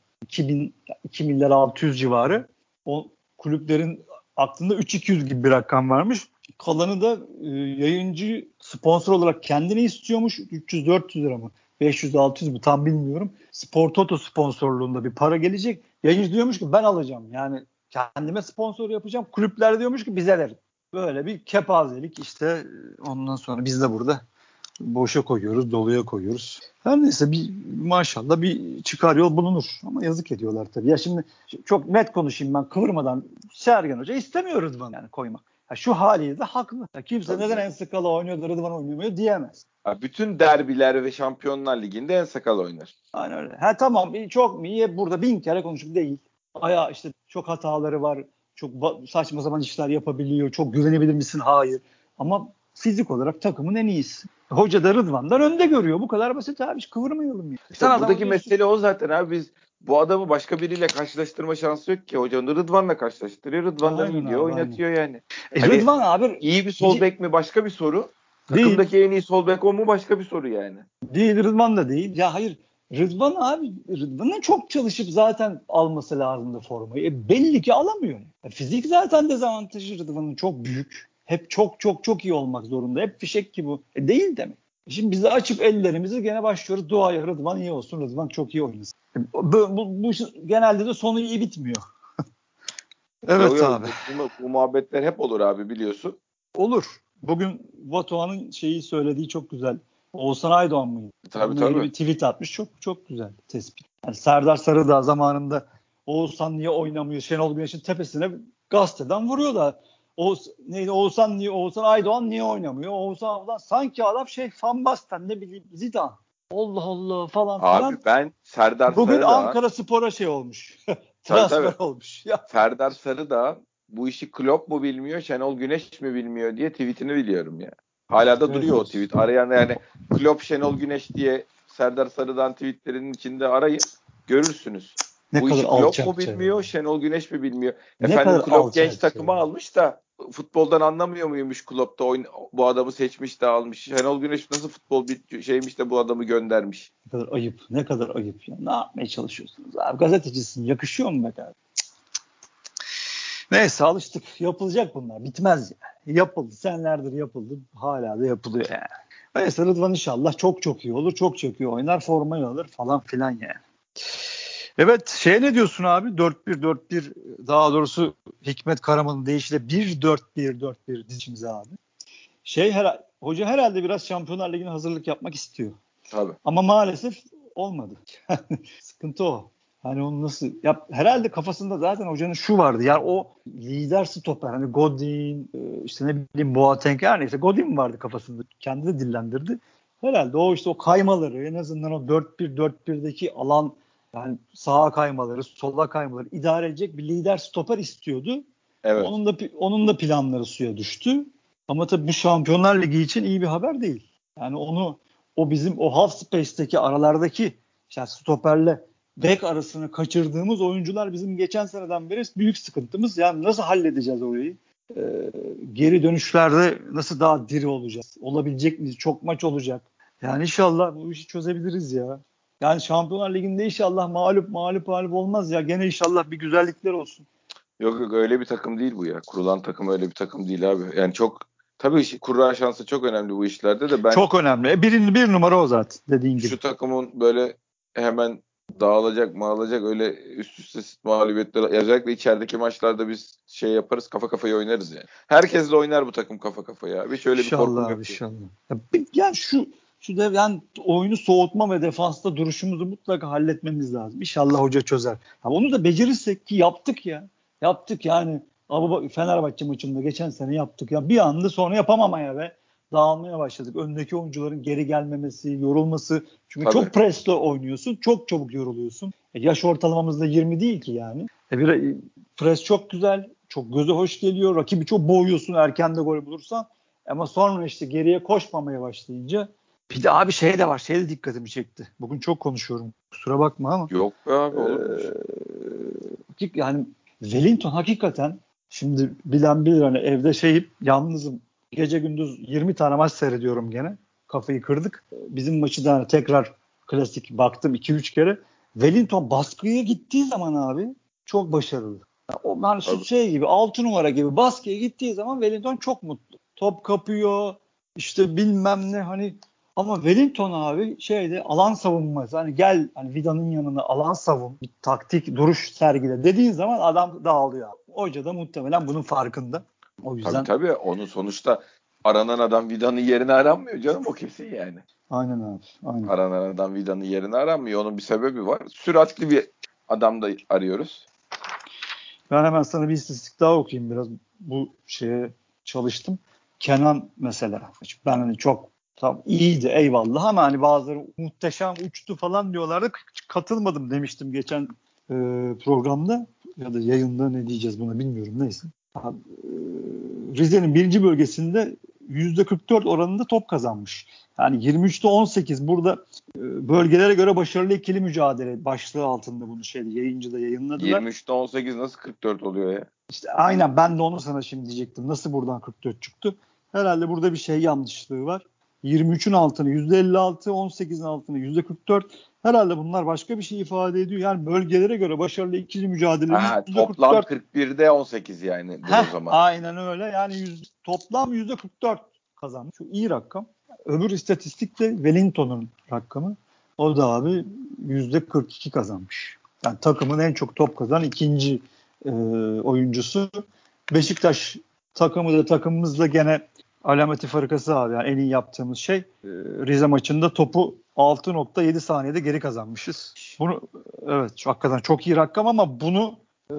[SPEAKER 2] 2 milyar 600 civarı. O kulüplerin aklında 3.200 gibi bir rakam varmış. Kalanı da yayıncı sponsor olarak kendine istiyormuş. 300-400 lira mı? 500-600 mü? Tam bilmiyorum. Spor Toto sponsorluğunda bir para gelecek. Yayıncı diyormuş ki ben alacağım. Yani kendime sponsor yapacağım. Kulüpler diyormuş ki bize verin. Böyle bir kepazelik işte, ondan sonra biz de burada boşa koyuyoruz, doluya koyuyoruz. Her neyse, bir maşallah bir çıkar yol bulunur. Ama yazık ediyorlar tabii. Ya şimdi çok net konuşayım ben kıvırmadan. Sergen Hoca istemiyor Rıdvan'ı yani koymak. Ya şu haliyle de haklı. Ya kimse
[SPEAKER 1] Tabii
[SPEAKER 2] neden
[SPEAKER 1] canım.
[SPEAKER 2] En Sakala oynuyor da Rıdvan oynamıyor diyemez.
[SPEAKER 1] Ya bütün derbiler ve Şampiyonlar Ligi'nde en sakal oynar.
[SPEAKER 2] Aynen öyle. Ha tamam, çok mu iyi? Burada 1000 kere konuştuk, değil. Aya işte çok hataları var. Çok saçma sapan işler yapabiliyor. Çok güvenebilir misin? Hayır. Ama fizik olarak takımın en iyisi. Hoca da Rıdvan'dan önde görüyor. Bu kadar basit abi. Hiç kıvırmayalım ya. Sen
[SPEAKER 1] İşte
[SPEAKER 2] adama
[SPEAKER 1] buradaki
[SPEAKER 2] diyorsun.
[SPEAKER 1] mesele o zaten abi. Biz bu adamı başka biriyle karşılaştırma şansı yok ki. Hocanın Rıdvan'la karşılaştırıyor. Rıdvan'dan
[SPEAKER 2] Aynen
[SPEAKER 1] gidiyor
[SPEAKER 2] abi, aynen.
[SPEAKER 1] oynatıyor yani. Hani
[SPEAKER 2] Rıdvan abi
[SPEAKER 1] iyi bir sol bek mi başka bir soru.
[SPEAKER 2] değil.
[SPEAKER 1] Takımdaki en iyi sol bek o mu başka bir soru yani.
[SPEAKER 2] Değil, Rıdvan da değil. Ya hayır. Rıdvan abi, Rıdvan'ın çok çalışıp zaten alması lazımdı formayı. Belli ki alamıyor. Fizik zaten dezavantajı Rıdvan'ın çok büyük. Hep çok çok çok iyi olmak zorunda. Hep fişek ki bu. Değil demek. Şimdi biz de açıp ellerimizi gene başlıyoruz duaya, Rıdvan iyi olsun, Rıdvan çok iyi oynasın. Bu genelde de sonu iyi bitmiyor.
[SPEAKER 1] Yo
[SPEAKER 2] Evet
[SPEAKER 1] yo
[SPEAKER 2] abi.
[SPEAKER 1] bu muhabbetler hep olur abi biliyorsun.
[SPEAKER 2] Olur. Bugün Batuhan'ın şeyi söylediği çok güzel. Oğuzhan Aydoğan mıydı?
[SPEAKER 1] Tabii
[SPEAKER 2] Onunla ilgili
[SPEAKER 1] tabii.
[SPEAKER 2] bir tweet atmış. Çok çok güzel tespit. Yani Serdar Sarıdağ zamanında Oğuzhan niye oynamıyor? Şenol Güneş'in tepesine gazeteden vuruyor da Oğuzhan Aydoğan niye oynamıyor? Oğuzhan sanki adam Van Basten, ne bileyim Zidane. Allah Allah falan filan.
[SPEAKER 1] Abi ben Serdar
[SPEAKER 2] Bugün
[SPEAKER 1] Sarıdağ
[SPEAKER 2] Ankara Spor'a şey olmuş.
[SPEAKER 1] tabii
[SPEAKER 2] Transfer
[SPEAKER 1] tabii.
[SPEAKER 2] olmuş. Ya
[SPEAKER 1] Serdar Sarıdağ bu işi Klopp mu bilmiyor, Şenol Güneş mi bilmiyor diye tweetini biliyorum ya. Hala da duruyor o
[SPEAKER 2] evet.
[SPEAKER 1] tweet. Arayan yani Klopp, Şenol Güneş diye Serdar Sarıdağ'ın tweetlerinin içinde arayın. Görürsünüz.
[SPEAKER 2] Ne
[SPEAKER 1] Bu
[SPEAKER 2] kadar
[SPEAKER 1] işi Klopp mu
[SPEAKER 2] alçakça ya.
[SPEAKER 1] bilmiyor, Şenol Güneş mi bilmiyor?
[SPEAKER 2] Ne
[SPEAKER 1] Efendim
[SPEAKER 2] kadar
[SPEAKER 1] Klopp genç
[SPEAKER 2] alçakça
[SPEAKER 1] takımı
[SPEAKER 2] ya.
[SPEAKER 1] almış da futboldan anlamıyor muymuş Klopp da bu adamı seçmiş de almış. Şenol Güneş nasıl futbol bir şeymiş de bu adamı göndermiş.
[SPEAKER 2] Ne kadar ayıp. Ne kadar ayıp ya. Ne yapmaya çalışıyorsunuz abi? Gazetecisin. Yakışıyor mu be kardeşim? Neyse, alıştık. Yapılacak bunlar. Bitmez ya. Yapıldı. Senlerdir yapıldı. Hala da yapılıyor yani. Neyse, Rıdvan inşallah çok çok iyi olur. Çok çok iyi oynar. Formayı alır falan filan yani. Evet, ne diyorsun abi? 4-1-4-1, daha doğrusu Hikmet Karaman'ın deyişiyle 1-4-1-4-1 dizimize abi. Hoca herhalde biraz Şampiyonlar Ligi'ne hazırlık yapmak istiyor.
[SPEAKER 1] Tabii.
[SPEAKER 2] Ama maalesef olmadı. Sıkıntı o. Hani onu nasıl herhalde kafasında zaten hocanın şu vardı. Yani o lider stoper, hani Godin, işte ne bileyim Boateng, her neyse Godin vardı kafasında. Kendi de dillendirdi. Herhalde o işte o kaymaları, en azından o 4-1-4-1'deki alan, yani sağa kaymaları, sola kaymaları idare edecek bir lider stoper istiyordu.
[SPEAKER 1] Evet.
[SPEAKER 2] Onun da planları suya düştü. Ama tabii bu Şampiyonlar Ligi için iyi bir haber değil. Yani o bizim o half space'teki aralardaki işte stoperle bek arasını kaçırdığımız oyuncular bizim geçen seneden beri büyük sıkıntımız. Yani nasıl halledeceğiz orayı? Geri dönüşlerde nasıl daha diri olacağız? Olabilecek miyiz? Çok maç olacak. Yani inşallah bu işi çözebiliriz ya. Yani Şampiyonlar Ligi'nde inşallah mağlup olmaz ya. Gene inşallah bir güzellikler olsun.
[SPEAKER 1] Yok yok öyle bir takım değil bu ya. Kurulan takım öyle bir takım değil abi. Yani çok tabii kura şansı çok önemli bu işlerde de ben
[SPEAKER 2] Çok önemli. Bir numara o zaten dediğin gibi.
[SPEAKER 1] şu takımın böyle hemen dağılacak öyle üst üste mağlubiyetler özellikle içerideki maçlarda biz şey yaparız kafa kafaya oynarız yani. Herkesle oynar bu takım kafa kafaya abi. Hiç öyle bir korkum
[SPEAKER 2] İnşallah
[SPEAKER 1] yok
[SPEAKER 2] abi,
[SPEAKER 1] benim.
[SPEAKER 2] inşallah. Ya şu şu da yani oyunu soğutma ve defansta duruşumuzu mutlaka halletmemiz lazım. İnşallah hoca çözer. Ya onu da becerirsek ki yaptık ya. Yaptık yani. Fenerbahçe maçında geçen sene yaptık ya. Bir anda sonra yapamamaya ve dağılmaya başladık. Öndeki oyuncuların geri gelmemesi, yorulması. Çünkü
[SPEAKER 1] Tabii.
[SPEAKER 2] çok presle oynuyorsun. Çok çabuk yoruluyorsun. Yaş ortalamamız da 20 değil ki yani. Pres çok güzel. Çok göze hoş geliyor. Rakibi çok boğuyorsun erken de gol bulursan. Ama sonra işte geriye koşmamaya başlayınca bir de abi şey de var. Şey de dikkatimi çekti. Bugün çok konuşuyorum. Kusura bakma ama.
[SPEAKER 1] Yok be abi, olur mu?
[SPEAKER 2] Yani Wellington hakikaten şimdi bilen bilir hani evde yalnızım. Gece gündüz 20 tane maç seyrediyorum gene. Kafayı kırdık. Bizim maçı da hani tekrar klasik baktım 2-3 kere. Wellington baskıya gittiği zaman abi çok başarılı. O yani
[SPEAKER 1] Tabii.
[SPEAKER 2] şey gibi 6 numara gibi baskıya gittiği zaman Wellington çok mutlu. Top kapıyor işte bilmem ne hani ama Wellington abi alan savunması hani gel hani Vida'nın yanına alan savun bir taktik duruş sergile dediğin zaman adam dağılıyor. Hoca da muhtemelen bunun farkında. O yüzden
[SPEAKER 1] Tabii. Onun sonuçta aranan adam Vida'nın yerine aranmıyor canım, o kesin yani.
[SPEAKER 2] aynen abi. Aynen.
[SPEAKER 1] Aranan adam Vida'nın yerine aranmıyor. Onun bir sebebi var. Süratli bir adam da arıyoruz.
[SPEAKER 2] Ben hemen sana bir istatistik daha okuyayım biraz. Bu şeye çalıştım. Kenan mesela. Ben hani çok tam iyiydi eyvallah ama hani bazıları muhteşem uçtu falan diyorlardı. Katılmadım demiştim geçen programda ya da yayında ne diyeceğiz buna bilmiyorum neyse. Abi, Rize'nin birinci bölgesinde %44 oranında top kazanmış. Yani 23'te 18 burada bölgelere göre başarılı ikili mücadele başlığı altında bunu yayıncıda yayınladılar.
[SPEAKER 1] 23'te 18 nasıl 44 oluyor ya?
[SPEAKER 2] İşte aynen ben de onu sana şimdi diyecektim. Nasıl buradan 44 çıktı? Herhalde burada bir şey yanlışlığı var. 23'ün altını %56, 18'in altını %44. Herhalde bunlar başka bir şey ifade ediyor. Yani bölgelere göre başarılı ikili mücadelenin
[SPEAKER 1] Toplam
[SPEAKER 2] %44.
[SPEAKER 1] 41'de 18 yanidir o zaman.
[SPEAKER 2] Aynen öyle. Yani toplam %44 kazanmış. Şu iyi rakam. Öbür istatistik de Wellington'un rakamı. O da abi %42 kazanmış. Yani takımın en çok top kazanan ikinci oyuncusu. Beşiktaş takımımızla gene alameti farikası abi. Yani en iyi yaptığımız şey Rize maçında topu 6.7 saniyede geri kazanmışız. Bunu evet hakikaten çok iyi rakam ama bunu e,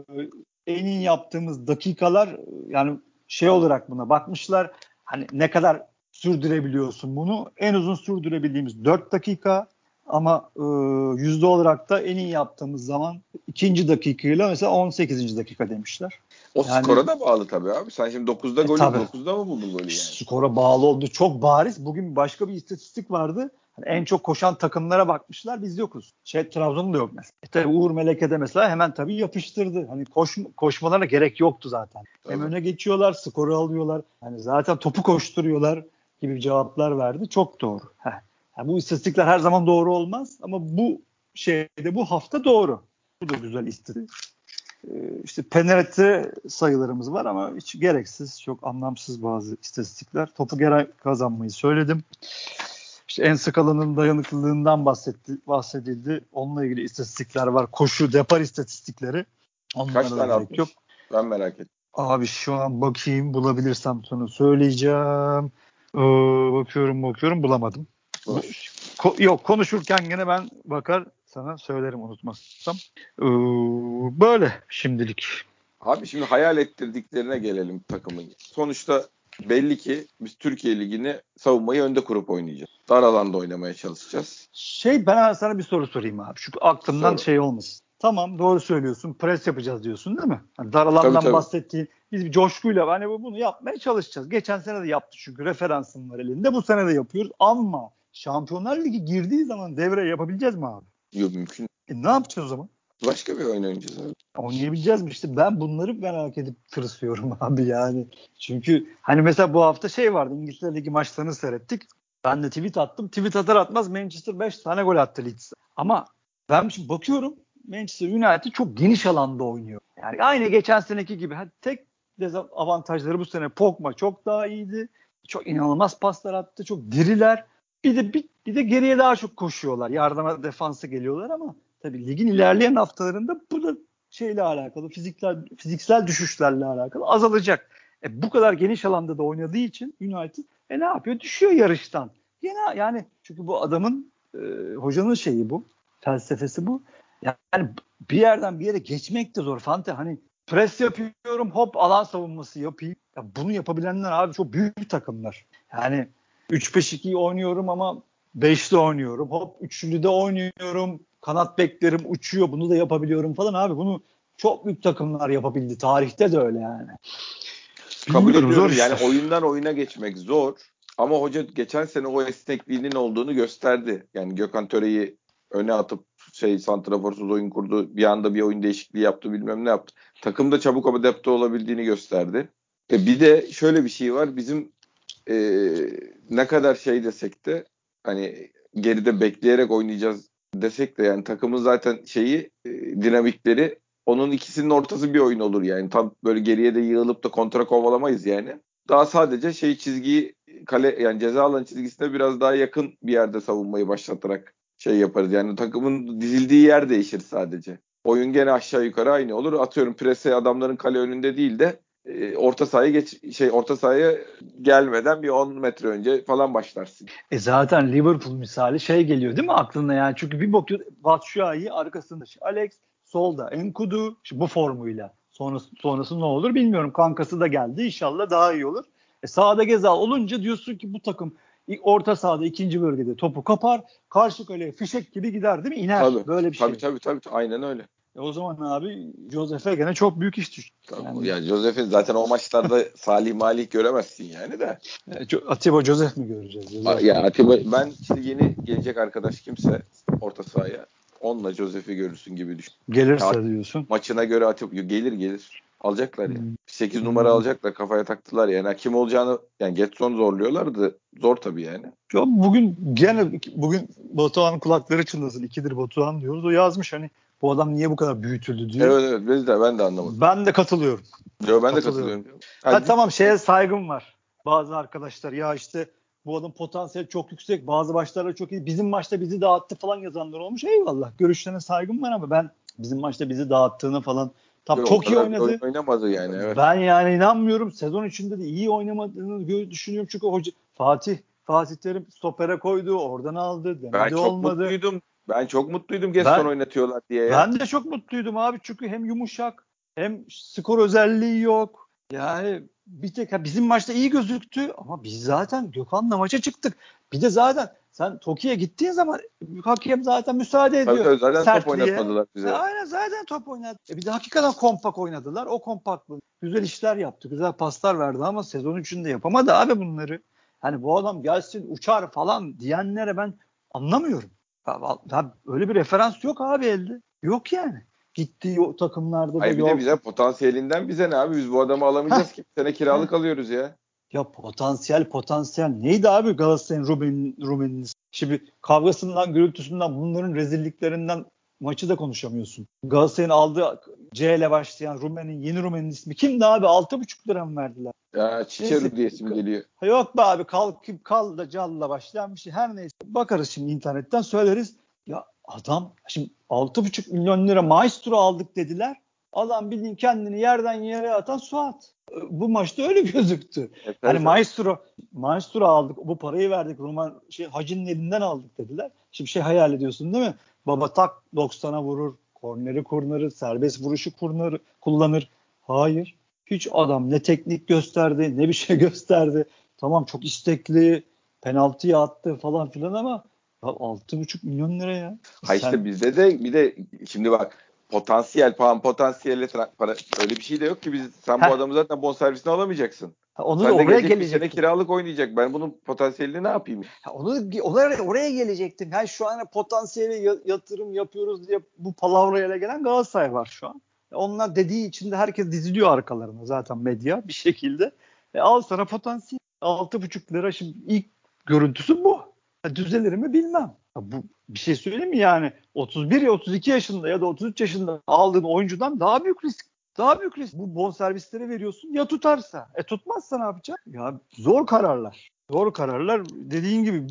[SPEAKER 2] en iyi yaptığımız dakikalar yani olarak buna bakmışlar. Hani ne kadar sürdürebiliyorsun bunu? En uzun sürdürebildiğimiz 4 dakika ama yüzde olarak da en iyi yaptığımız zaman ikinci dakikayla mesela 18. dakika demişler.
[SPEAKER 1] O
[SPEAKER 2] Yani
[SPEAKER 1] skora da bağlı tabii abi. Sen şimdi 9'da
[SPEAKER 2] tabii.
[SPEAKER 1] 9'da mı buldun golü yani?
[SPEAKER 2] Skora bağlı oldu. Çok bariz. Bugün başka bir istatistik vardı. Hani en çok koşan takımlara bakmışlar. Biz yokuz. Trabzon'un da yok mesela. Tabii Uğur Meleke'de mesela hemen tabii yapıştırdı. Hani koşmalarına gerek yoktu zaten.
[SPEAKER 1] Tabii.
[SPEAKER 2] Hem öne geçiyorlar, skoru alıyorlar. Hani zaten topu koşturuyorlar gibi cevaplar verdi. Çok doğru. Yani bu istatistikler her zaman doğru olmaz ama bu bu hafta doğru. Bu da güzel istatistik. İşte penetre sayılarımız var ama hiç gereksiz, çok anlamsız bazı istatistikler. Topu geri kazanmayı söyledim. İşte en sık alanın dayanıklılığından bahsedildi. Onunla ilgili istatistikler var. Koşu, depar istatistikleri.
[SPEAKER 1] Kaç
[SPEAKER 2] Onlara da
[SPEAKER 1] tane
[SPEAKER 2] gerek yok.
[SPEAKER 1] atmış? Ben merak ettim.
[SPEAKER 2] Abi şu an bakayım bulabilirsem sonra söyleyeceğim. Bakıyorum bulamadım. Yok konuşurken gene ben bakar sana söylerim unutmazsam. Böyle şimdilik.
[SPEAKER 1] Abi şimdi hayal ettirdiklerine gelelim takımın. Sonuçta belli ki biz Türkiye Ligi'ni savunmayı önde kurup oynayacağız. Dar alanda oynamaya çalışacağız.
[SPEAKER 2] Ben sana bir soru sorayım abi. Şu aklımdan
[SPEAKER 1] Sor.
[SPEAKER 2] olmasın. Tamam doğru söylüyorsun. Pres yapacağız diyorsun değil mi? Hani dar
[SPEAKER 1] Tabii
[SPEAKER 2] alandan
[SPEAKER 1] tabii.
[SPEAKER 2] bahsettiğin biz bir coşkuyla hani bunu yapmaya çalışacağız. Geçen sene de yaptı çünkü referansım var elinde. Bu sene de yapıyoruz ama Şampiyonlar Ligi girdiği zaman devre yapabileceğiz mi abi?
[SPEAKER 1] Yok, mümkün.
[SPEAKER 2] Ne yapacağız o zaman?
[SPEAKER 1] Başka bir oyun oynayacağız abi.
[SPEAKER 2] Oynayabileceğiz mi? İşte ben bunları merak edip tırsıyorum abi yani. Çünkü hani mesela bu hafta vardı. İngiltere Ligi maçlarını seyrettik. Ben de tweet attım. Tweet atar atmaz Manchester 5 tane gol attı Leeds. Ama ben şimdi bakıyorum Manchester United çok geniş alanda oynuyor. Yani aynı geçen seneki gibi. Tek dezavantajları bu sene Pogba çok daha iyiydi. Çok inanılmaz paslar attı. Çok diriler. Bir de geriye daha çok koşuyorlar. Yardıma defansa geliyorlar ama tabii ligin ilerleyen haftalarında bu da alakalı fiziksel düşüşlerle alakalı azalacak. Bu kadar geniş alanda da oynadığı için United ne yapıyor? Düşüyor yarıştan. Yine yani çünkü bu adamın hocanın şeyi bu. Felsefesi bu. Yani bir yerden bir yere geçmek de zor. Fante hani pres yapıyorum, hop alan savunması yapayım. Ya bunu yapabilenler abi çok büyük takımlar. Yani 3-5-2 oynuyorum ama 5'li oynuyorum. Hop üçlü de oynuyorum. Kanat beklerim uçuyor. Bunu da yapabiliyorum falan abi. Bunu çok büyük takımlar yapabildi. Tarihte de öyle yani.
[SPEAKER 1] Kabul
[SPEAKER 2] Bilmiyorum, zor
[SPEAKER 1] ediyorum. Yani
[SPEAKER 2] işler.
[SPEAKER 1] oyundan oyuna geçmek zor. Ama hoca geçen sene o esnekliğinin olduğunu gösterdi. Yani Gökhan Töre'yi öne atıp santraforsuz oyun kurdu. Bir anda bir oyun değişikliği yaptı, bilmem ne yaptı. Takımda çabuk adapte olabildiğini gösterdi. Bir de şöyle bir şey var. Bizim ne kadar şey desek de hani geride bekleyerek oynayacağız desek de yani takımın zaten dinamikleri onun ikisinin ortası bir oyun olur yani. Tam böyle geriye de yığılıp da kontra kovalamayız yani. Daha sadece çizgiyi kale yani ceza alan çizgisine biraz daha yakın bir yerde savunmayı başlatarak yaparız. Yani takımın dizildiği yer değişir sadece. Oyun gene aşağı yukarı aynı olur. Atıyorum prese adamların kale önünde değil de orta sahaya gelmeden bir 10 metre önce falan başlarsın.
[SPEAKER 2] Zaten Liverpool misali geliyor değil mi aklına yani? Çünkü bir bakıyor Batshuayi arkasında. Alex solda. Enkudu bu formuyla. Sonrası ne olur bilmiyorum. Kankası da geldi. İnşallah daha iyi olur. Sağda Gezal olunca diyorsun ki bu takım orta sahada ikinci bölgede topu kapar. Karşı kaleye fişek gibi gider değil mi? İner.
[SPEAKER 1] Tabii.
[SPEAKER 2] Böyle bir
[SPEAKER 1] Tabii,
[SPEAKER 2] şey.
[SPEAKER 1] tabii. Aynen öyle.
[SPEAKER 2] O zaman abi Josef'e gene çok büyük iş düştü.
[SPEAKER 1] Tabii. Yani Josef'in zaten o maçlarda Salih Malih göremezsin yani de.
[SPEAKER 2] Atiba Josef mi göreceğiz?
[SPEAKER 1] Ya Atiba, ben yeni gelecek arkadaş kimse orta sahaya onunla Josef'i görürsün gibi düşün. Ya,
[SPEAKER 2] Gelirse diyorsun.
[SPEAKER 1] maçına göre Atiba gelir. Alacaklar ya. 8 numara
[SPEAKER 2] Hmm.
[SPEAKER 1] alacaklar, kafaya taktılar yani. Kim olacağını yani Getson zorluyorlardı. Zor tabii yani.
[SPEAKER 2] Bugün Batuhan'ın kulakları çınlasın. İkidir Batuhan diyoruz. O yazmış hani bu adam niye bu kadar büyütüldü diye.
[SPEAKER 1] Evet, ben de anlamadım.
[SPEAKER 2] Ben de katılıyorum.
[SPEAKER 1] Yo, ben de
[SPEAKER 2] Katılıyorum.
[SPEAKER 1] katılıyorum.
[SPEAKER 2] Tamam saygım var. Bazı arkadaşlar ya işte bu adam potansiyel çok yüksek. Bazı maçlarda çok iyi. Bizim maçta bizi dağıttı falan yazanlar olmuş. Eyvallah. Görüşlerine saygım var ama ben bizim maçta bizi dağıttığını falan
[SPEAKER 1] O
[SPEAKER 2] çok iyi
[SPEAKER 1] kadar bir oyun
[SPEAKER 2] oynadı.
[SPEAKER 1] oynamadı yani, evet.
[SPEAKER 2] Ben yani inanmıyorum. Sezon içinde de iyi oynamadığını düşünüyorum. Çünkü Fatih Terim stopere koydu. Oradan aldı.
[SPEAKER 1] Ben
[SPEAKER 2] Denedi
[SPEAKER 1] çok
[SPEAKER 2] olmadı.
[SPEAKER 1] mutluydum. Ben çok mutluydum Gesson
[SPEAKER 2] Ben
[SPEAKER 1] oynatıyorlar diye ya.
[SPEAKER 2] ben de çok mutluydum abi. Çünkü hem yumuşak hem skor özelliği yok. Yani bir tek bizim maçta iyi gözüktü ama biz zaten Gökhan'la maça çıktık. Bir de zaten sen Toki'ye gittiğin zaman hakem zaten müsaade
[SPEAKER 1] Tabii,
[SPEAKER 2] ediyor
[SPEAKER 1] zaten top
[SPEAKER 2] sertliğe.
[SPEAKER 1] oynatmadılar bize.
[SPEAKER 2] Aynen zaten top oynadı. Bir de hakikaten kompak oynadılar. O kompaktlığı. Güzel işler yaptı. Güzel paslar verdi ama sezon içinde yapamadı abi bunları. Hani bu adam gelsin uçar falan diyenlere ben anlamıyorum. Ya öyle bir referans yok abi elde. Yok yani. Gittiği o takımlarda da
[SPEAKER 1] Hayır, bir de
[SPEAKER 2] yok.
[SPEAKER 1] bize potansiyelinden bize ne abi? Biz bu adamı
[SPEAKER 2] Heh,
[SPEAKER 1] alamayacağız ki. Bir sene
[SPEAKER 2] heh.
[SPEAKER 1] kiralık alıyoruz ya.
[SPEAKER 2] Ya potansiyel neydi abi Galatasaray'ın Rumen'in şimdi kavgasından gürültüsünden bunların rezilliklerinden maçı da konuşamıyorsun. Galatasaray'ın aldığı C ile başlayan yeni Rumen'in ismi kimdi abi? 6,5 lira mı verdiler?
[SPEAKER 1] Ya
[SPEAKER 2] Neyse.
[SPEAKER 1] Çiçeru diyesim geliyor.
[SPEAKER 2] Yok be abi kal da calla başlayan bir şey. Her neyse. Bakarız şimdi internetten söyleriz. Ya adam şimdi 6,5 milyon lira Maestro aldık dediler. Adam bildiğin kendini yerden yere atan Suat. Bu maçta öyle gözüktü. Hani
[SPEAKER 1] Tabii.
[SPEAKER 2] Maestro aldık. Bu parayı verdik. Hacı'nın elinden aldık dediler. Şimdi hayal ediyorsun değil mi? Baba tak 90'a vurur. Korneri, serbest vuruşu kullanır. Hayır. Hiç adam ne teknik gösterdi ne bir şey gösterdi. Tamam çok istekli penaltıya attı falan filan ama ya 6,5 milyon lira ya.
[SPEAKER 1] Ha
[SPEAKER 2] Sen
[SPEAKER 1] bizde de bir de şimdi bak, potansiyelle para öyle bir şey de yok ki, sen bu
[SPEAKER 2] heh,
[SPEAKER 1] adamı zaten bonservisini alamayacaksın.
[SPEAKER 2] onu da
[SPEAKER 1] Sen de
[SPEAKER 2] oraya
[SPEAKER 1] gelecek bir sene
[SPEAKER 2] gelecektim.
[SPEAKER 1] kiralık oynayacak. Ben bunun potansiyelini ne yapayım?
[SPEAKER 2] Oraya gelecektim. Şu an potansiyeli yatırım yapıyoruz diye bu palavrayla gelen Galatasaray var şu an. Onlar dediği için de herkes diziliyor arkalarına zaten medya bir şekilde. Al sana potansiyel. 6,5 lira şimdi ilk görüntüsü bu. Düzelir mi bilmem. Bu bir şey söyleyeyim mi yani 31 ya 32 yaşında ya da 33 yaşında aldığın oyuncudan daha büyük risk. Daha büyük risk. Bu bonservisleri veriyorsun ya tutarsa. Tutmazsa ne yapacaksın? Ya zor kararlar. Doğru kararlar. Dediğin gibi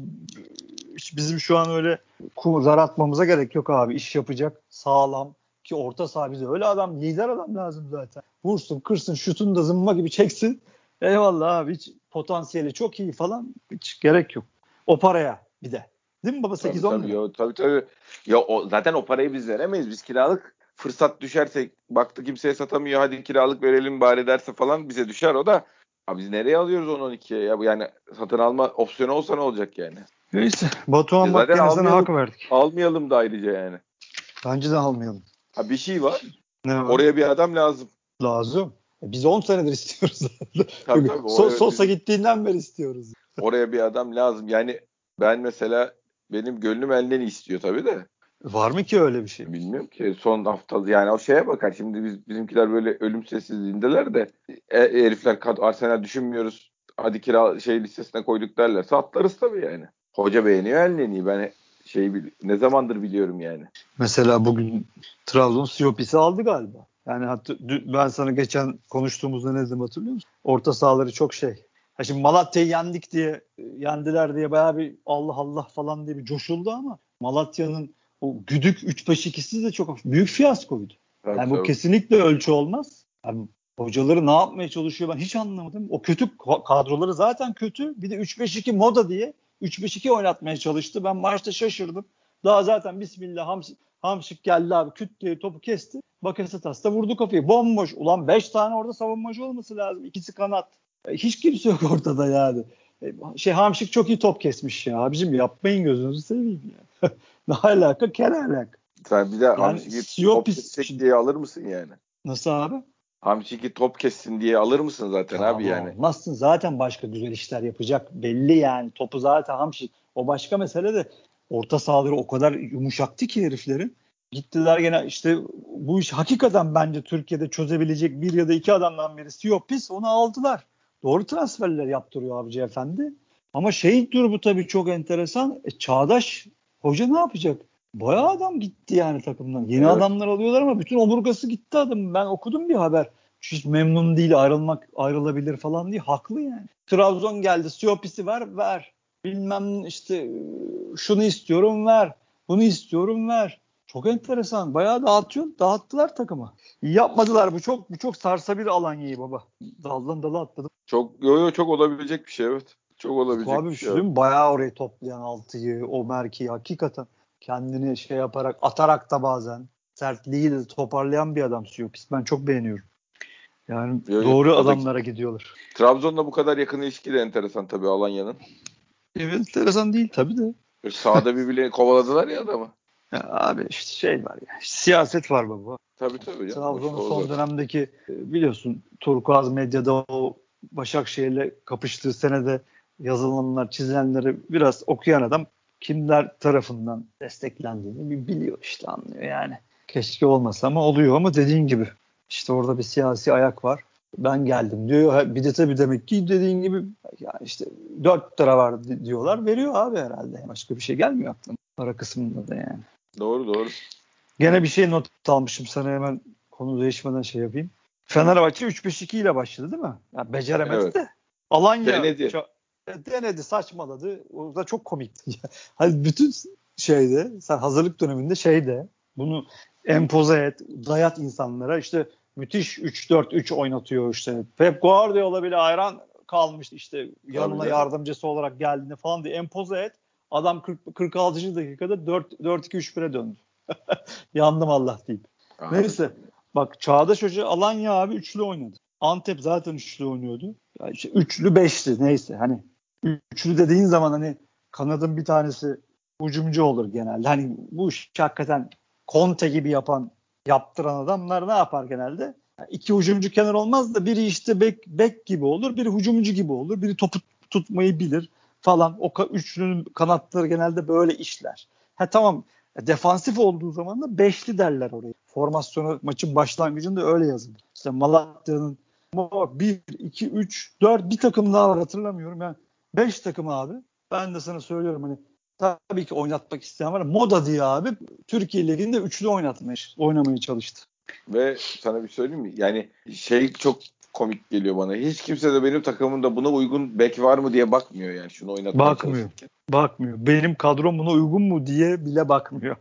[SPEAKER 2] bizim şu an öyle zar atmamıza gerek yok abi. İş yapacak sağlam ki orta saha bize öyle lider adam lazım zaten. Vursun, kırsın, şutunu da zımba gibi çeksin. Eyvallah abi hiç potansiyeli çok iyi falan hiç gerek yok. O paraya bir de. Değil mi baba? 8-10 lira.
[SPEAKER 1] Tabii. Ya zaten o parayı biz veremeyiz. Biz kiralık fırsat düşerse baktı kimseye satamıyor hadi kiralık verelim bari derse falan bize düşer o da. Abi biz nereye alıyoruz 10-12'ye ya? Yani satın alma opsiyonu olsa ne olacak yani?
[SPEAKER 2] Neyse. Batuhan bak
[SPEAKER 1] Zaten
[SPEAKER 2] gene sana hak verdik.
[SPEAKER 1] almayalım da ayrıca yani.
[SPEAKER 2] Bence de almayalım.
[SPEAKER 1] Ha bir şey var.
[SPEAKER 2] Ne var?
[SPEAKER 1] Oraya bir adam lazım.
[SPEAKER 2] Lazım. Biz 10 senedir istiyoruz.
[SPEAKER 1] Tabii.
[SPEAKER 2] Sosa gittiğinden beri istiyoruz.
[SPEAKER 1] Oraya bir adam lazım. Yani ben mesela benim gönlüm elden istiyor tabii de.
[SPEAKER 2] Var mı ki öyle bir şey?
[SPEAKER 1] Bilmiyorum ki son hafta yani o şeye bakar. Şimdi bizimkiler böyle ölüm sessizliğindeler de herifler Arsenal düşünmüyoruz. Hadi kira listesine koyduk derlerse atlarız tabii yani. Hoca beğeniyor Elneni'yi. Ben ne zamandır biliyorum yani.
[SPEAKER 2] Mesela bugün Trabzon Siyopis'i aldı galiba. Yani ben sana geçen konuştuğumuzda ne dedim hatırlıyor musun? Orta sahaları çok şey. Ha şimdi Malatya'yı yendiler diye bayağı bir Allah Allah falan diye bir coşuldu ama Malatya'nın o güdük 3-5-2'si de çok büyük fiyaskoydu. Yani bu kesinlikle ölçü olmaz. Yani hocaları ne yapmaya çalışıyor ben hiç anlamadım. O kötü kadroları zaten kötü. Bir de 3-5-2 moda diye 3-5-2 oynatmaya çalıştı. Ben maçta şaşırdım. Daha zaten Bismillah Hamşik geldi abi küt diye topu kesti. Bakasetas da vurdu kafayı. Bomboş. Ulan 5 tane orada savunmacı olması lazım. İkisi kanat. Hiç kimse yok ortada yani. Hamşik çok iyi top kesmiş ya. Abicim yapmayın gözünüzü seveyim ya. Ne alaka? Kel alaka.
[SPEAKER 1] Sen bir de
[SPEAKER 2] Yani
[SPEAKER 1] Hamşik'i top kesecek diye alır mısın yani?
[SPEAKER 2] Nasıl abi?
[SPEAKER 1] Hamşik'i top kessin diye alır mısın zaten abi yani?
[SPEAKER 2] Almazsın. Zaten başka güzel işler yapacak. Belli yani. Topu zaten Hamşik. O başka mesele de orta sahaları o kadar yumuşaktı ki heriflerin. Gittiler gene işte bu iş hakikaten bence Türkiye'de çözebilecek bir ya da iki adamdan biri Siopis onu aldılar. Doğru transferler yaptırıyor abici efendi. Ama durumu tabii çok enteresan. Çağdaş hoca ne yapacak? Bayağı adam gitti yani takımdan. Yeni adamlar alıyorlar ama bütün omurgası gitti adam. Ben okudum bir haber. Hiç memnun değil ayrılabilir falan diye. Haklı yani. Trabzon geldi. Siyopis'i ver. Bilmem işte şunu istiyorum ver. Bunu istiyorum ver. Çok enteresan. Bayağı dağıttılar takımı. İyi yapmadılar bu çok sarsabilir Alanya'yı baba. Daldan dala atladım.
[SPEAKER 1] Çok olabilecek bir şey evet. Çok olabilecek
[SPEAKER 2] Abi
[SPEAKER 1] bir
[SPEAKER 2] bir
[SPEAKER 1] şey.
[SPEAKER 2] şey diyeyim mi? Bayağı orayı toplayan altıyı, o merkeği hakikaten kendini yaparak, atarak da bazen sertliği de toparlayan bir adam Siyopis. Ben çok beğeniyorum. Yani doğru adamlara gidiyorlar.
[SPEAKER 1] Trabzon'la bu kadar yakın ilişki de enteresan tabii Alanya'nın.
[SPEAKER 2] Evet enteresan değil tabii de.
[SPEAKER 1] Sahada birbirlerini kovaladılar ya adamı.
[SPEAKER 2] Ya abi işte var ya. Siyaset var baba.
[SPEAKER 1] Tabii.
[SPEAKER 2] Trabzon'un son dönemdeki biliyorsun Turkuaz medyada o Başakşehir'le kapıştığı senede yazılanlar, çizilenleri biraz okuyan adam kimler tarafından desteklendiğini biliyor işte anlıyor yani. Keşke olmasa ama oluyor ama dediğin gibi işte orada bir siyasi ayak var. Ben geldim diyor. Bir de tabii demek ki dediğin gibi yani işte 4 lira var diyorlar. Veriyor abi herhalde. Başka bir şey gelmiyor aklıma. Para kısmında da yani.
[SPEAKER 1] Doğru.
[SPEAKER 2] Gene bir şey not almışım sana hemen konu değişmeden yapayım. Fenerbahçe 3-5-2 ile başladı değil mi? Yani beceremedi de. Alanya denedi saçmaladı. O da çok komikti. Hani bütün sen hazırlık döneminde bunu empoze et, dayat insanlara işte müthiş 3-4-3 oynatıyor işte. Pep Guardiola bile hayran kalmıştı işte yanına yardımcısı olarak geldiğinde falan diye empoze et. Adam 46. dakikada 4-2-3-1'e döndü. Yandım Allah deyip. Neyse. Bak Çağdaş Hoca Alanya abi üçlü oynadı. Antep zaten üçlü oynuyordu. Yani işte üçlü beşli neyse hani üçlü dediğin zaman hani kanadın bir tanesi hücumcu olur genelde. Hani bu iş hakikaten Conte gibi yaptıran adamlar ne yapar genelde? Yani iki hücumcu kenar olmaz da biri işte bek gibi olur, biri hücumcu gibi olur, biri topu tutmayı bilir falan. O üçlünün kanatları genelde böyle işler. Tamam defansif olduğu zaman da beşli derler oraya. Formasyonu maçın başlangıcında öyle yazılır. İşte Malatya'nın 1, 2, 3, 4 bir takım daha var hatırlamıyorum. Yani 5 takım abi. Ben de sana söylüyorum hani tabii ki oynatmak isteyen var. Moda diye abi Türkiye Ligi'nde üçlü oynamaya çalıştı.
[SPEAKER 1] Ve sana bir söyleyeyim mi? Yani çok komik geliyor bana. Hiç kimse de benim takımımda buna uygun bek var mı diye bakmıyor yani şunu oynatmaya çalışırken.
[SPEAKER 2] Bakmıyor. Benim kadrom buna uygun mu diye bile bakmıyor.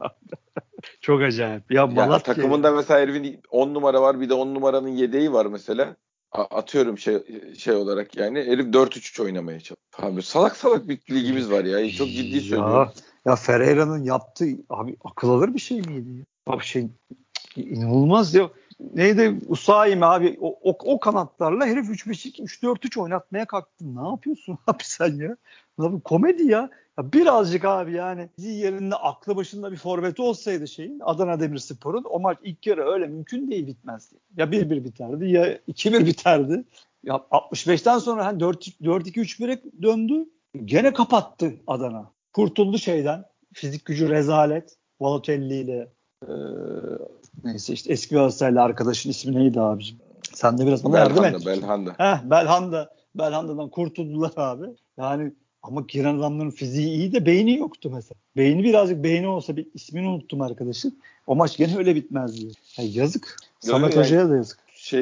[SPEAKER 2] Çok acayip. Ya Malatya
[SPEAKER 1] takımında mesela herifin 10 numara var bir de 10 numaranın yedeği var mesela. atıyorum şey olarak yani herif 4-3-3 oynamaya çalışıyor. Abi salak salak bir ligimiz var ya. Çok ciddi söylüyorum.
[SPEAKER 2] Ya Ferreira'nın yaptığı abi akıl alır bir şey miydi ya? Abi inanılmaz ya. Neydi Usaim abi o kanatlarla herif 3-5-2 3-4-3 oynatmaya kalktın. Ne yapıyorsun abi sen ya? Bu komedi ya. Ya birazcık abi yani yerinde aklı başında bir forveti olsaydı Adana Demirspor'un o maç ilk yarı öyle mümkün değil bitmezdi. Ya 1-1 biterdi ya 2-1 biterdi. Ya 65'ten sonra 4-2-3-1'e döndü. Gene kapattı Adana. Kurtuldu fizik gücü rezalet. Balotelli ile neyse işte eski Galatasaraylı arkadaşın ismi neydi abicim? Sen de biraz bana yardım et.
[SPEAKER 1] Belhanda.
[SPEAKER 2] Belhanda'dan kurtuldular abi. Yani ama giren adamların fiziği iyi de beyni yoktu mesela. Birazcık beyni olsa bir ismini unuttum arkadaşın. O maç gene öyle bitmezdi. Yani yazık. Samet
[SPEAKER 1] Yani
[SPEAKER 2] Hoca'ya da yazık.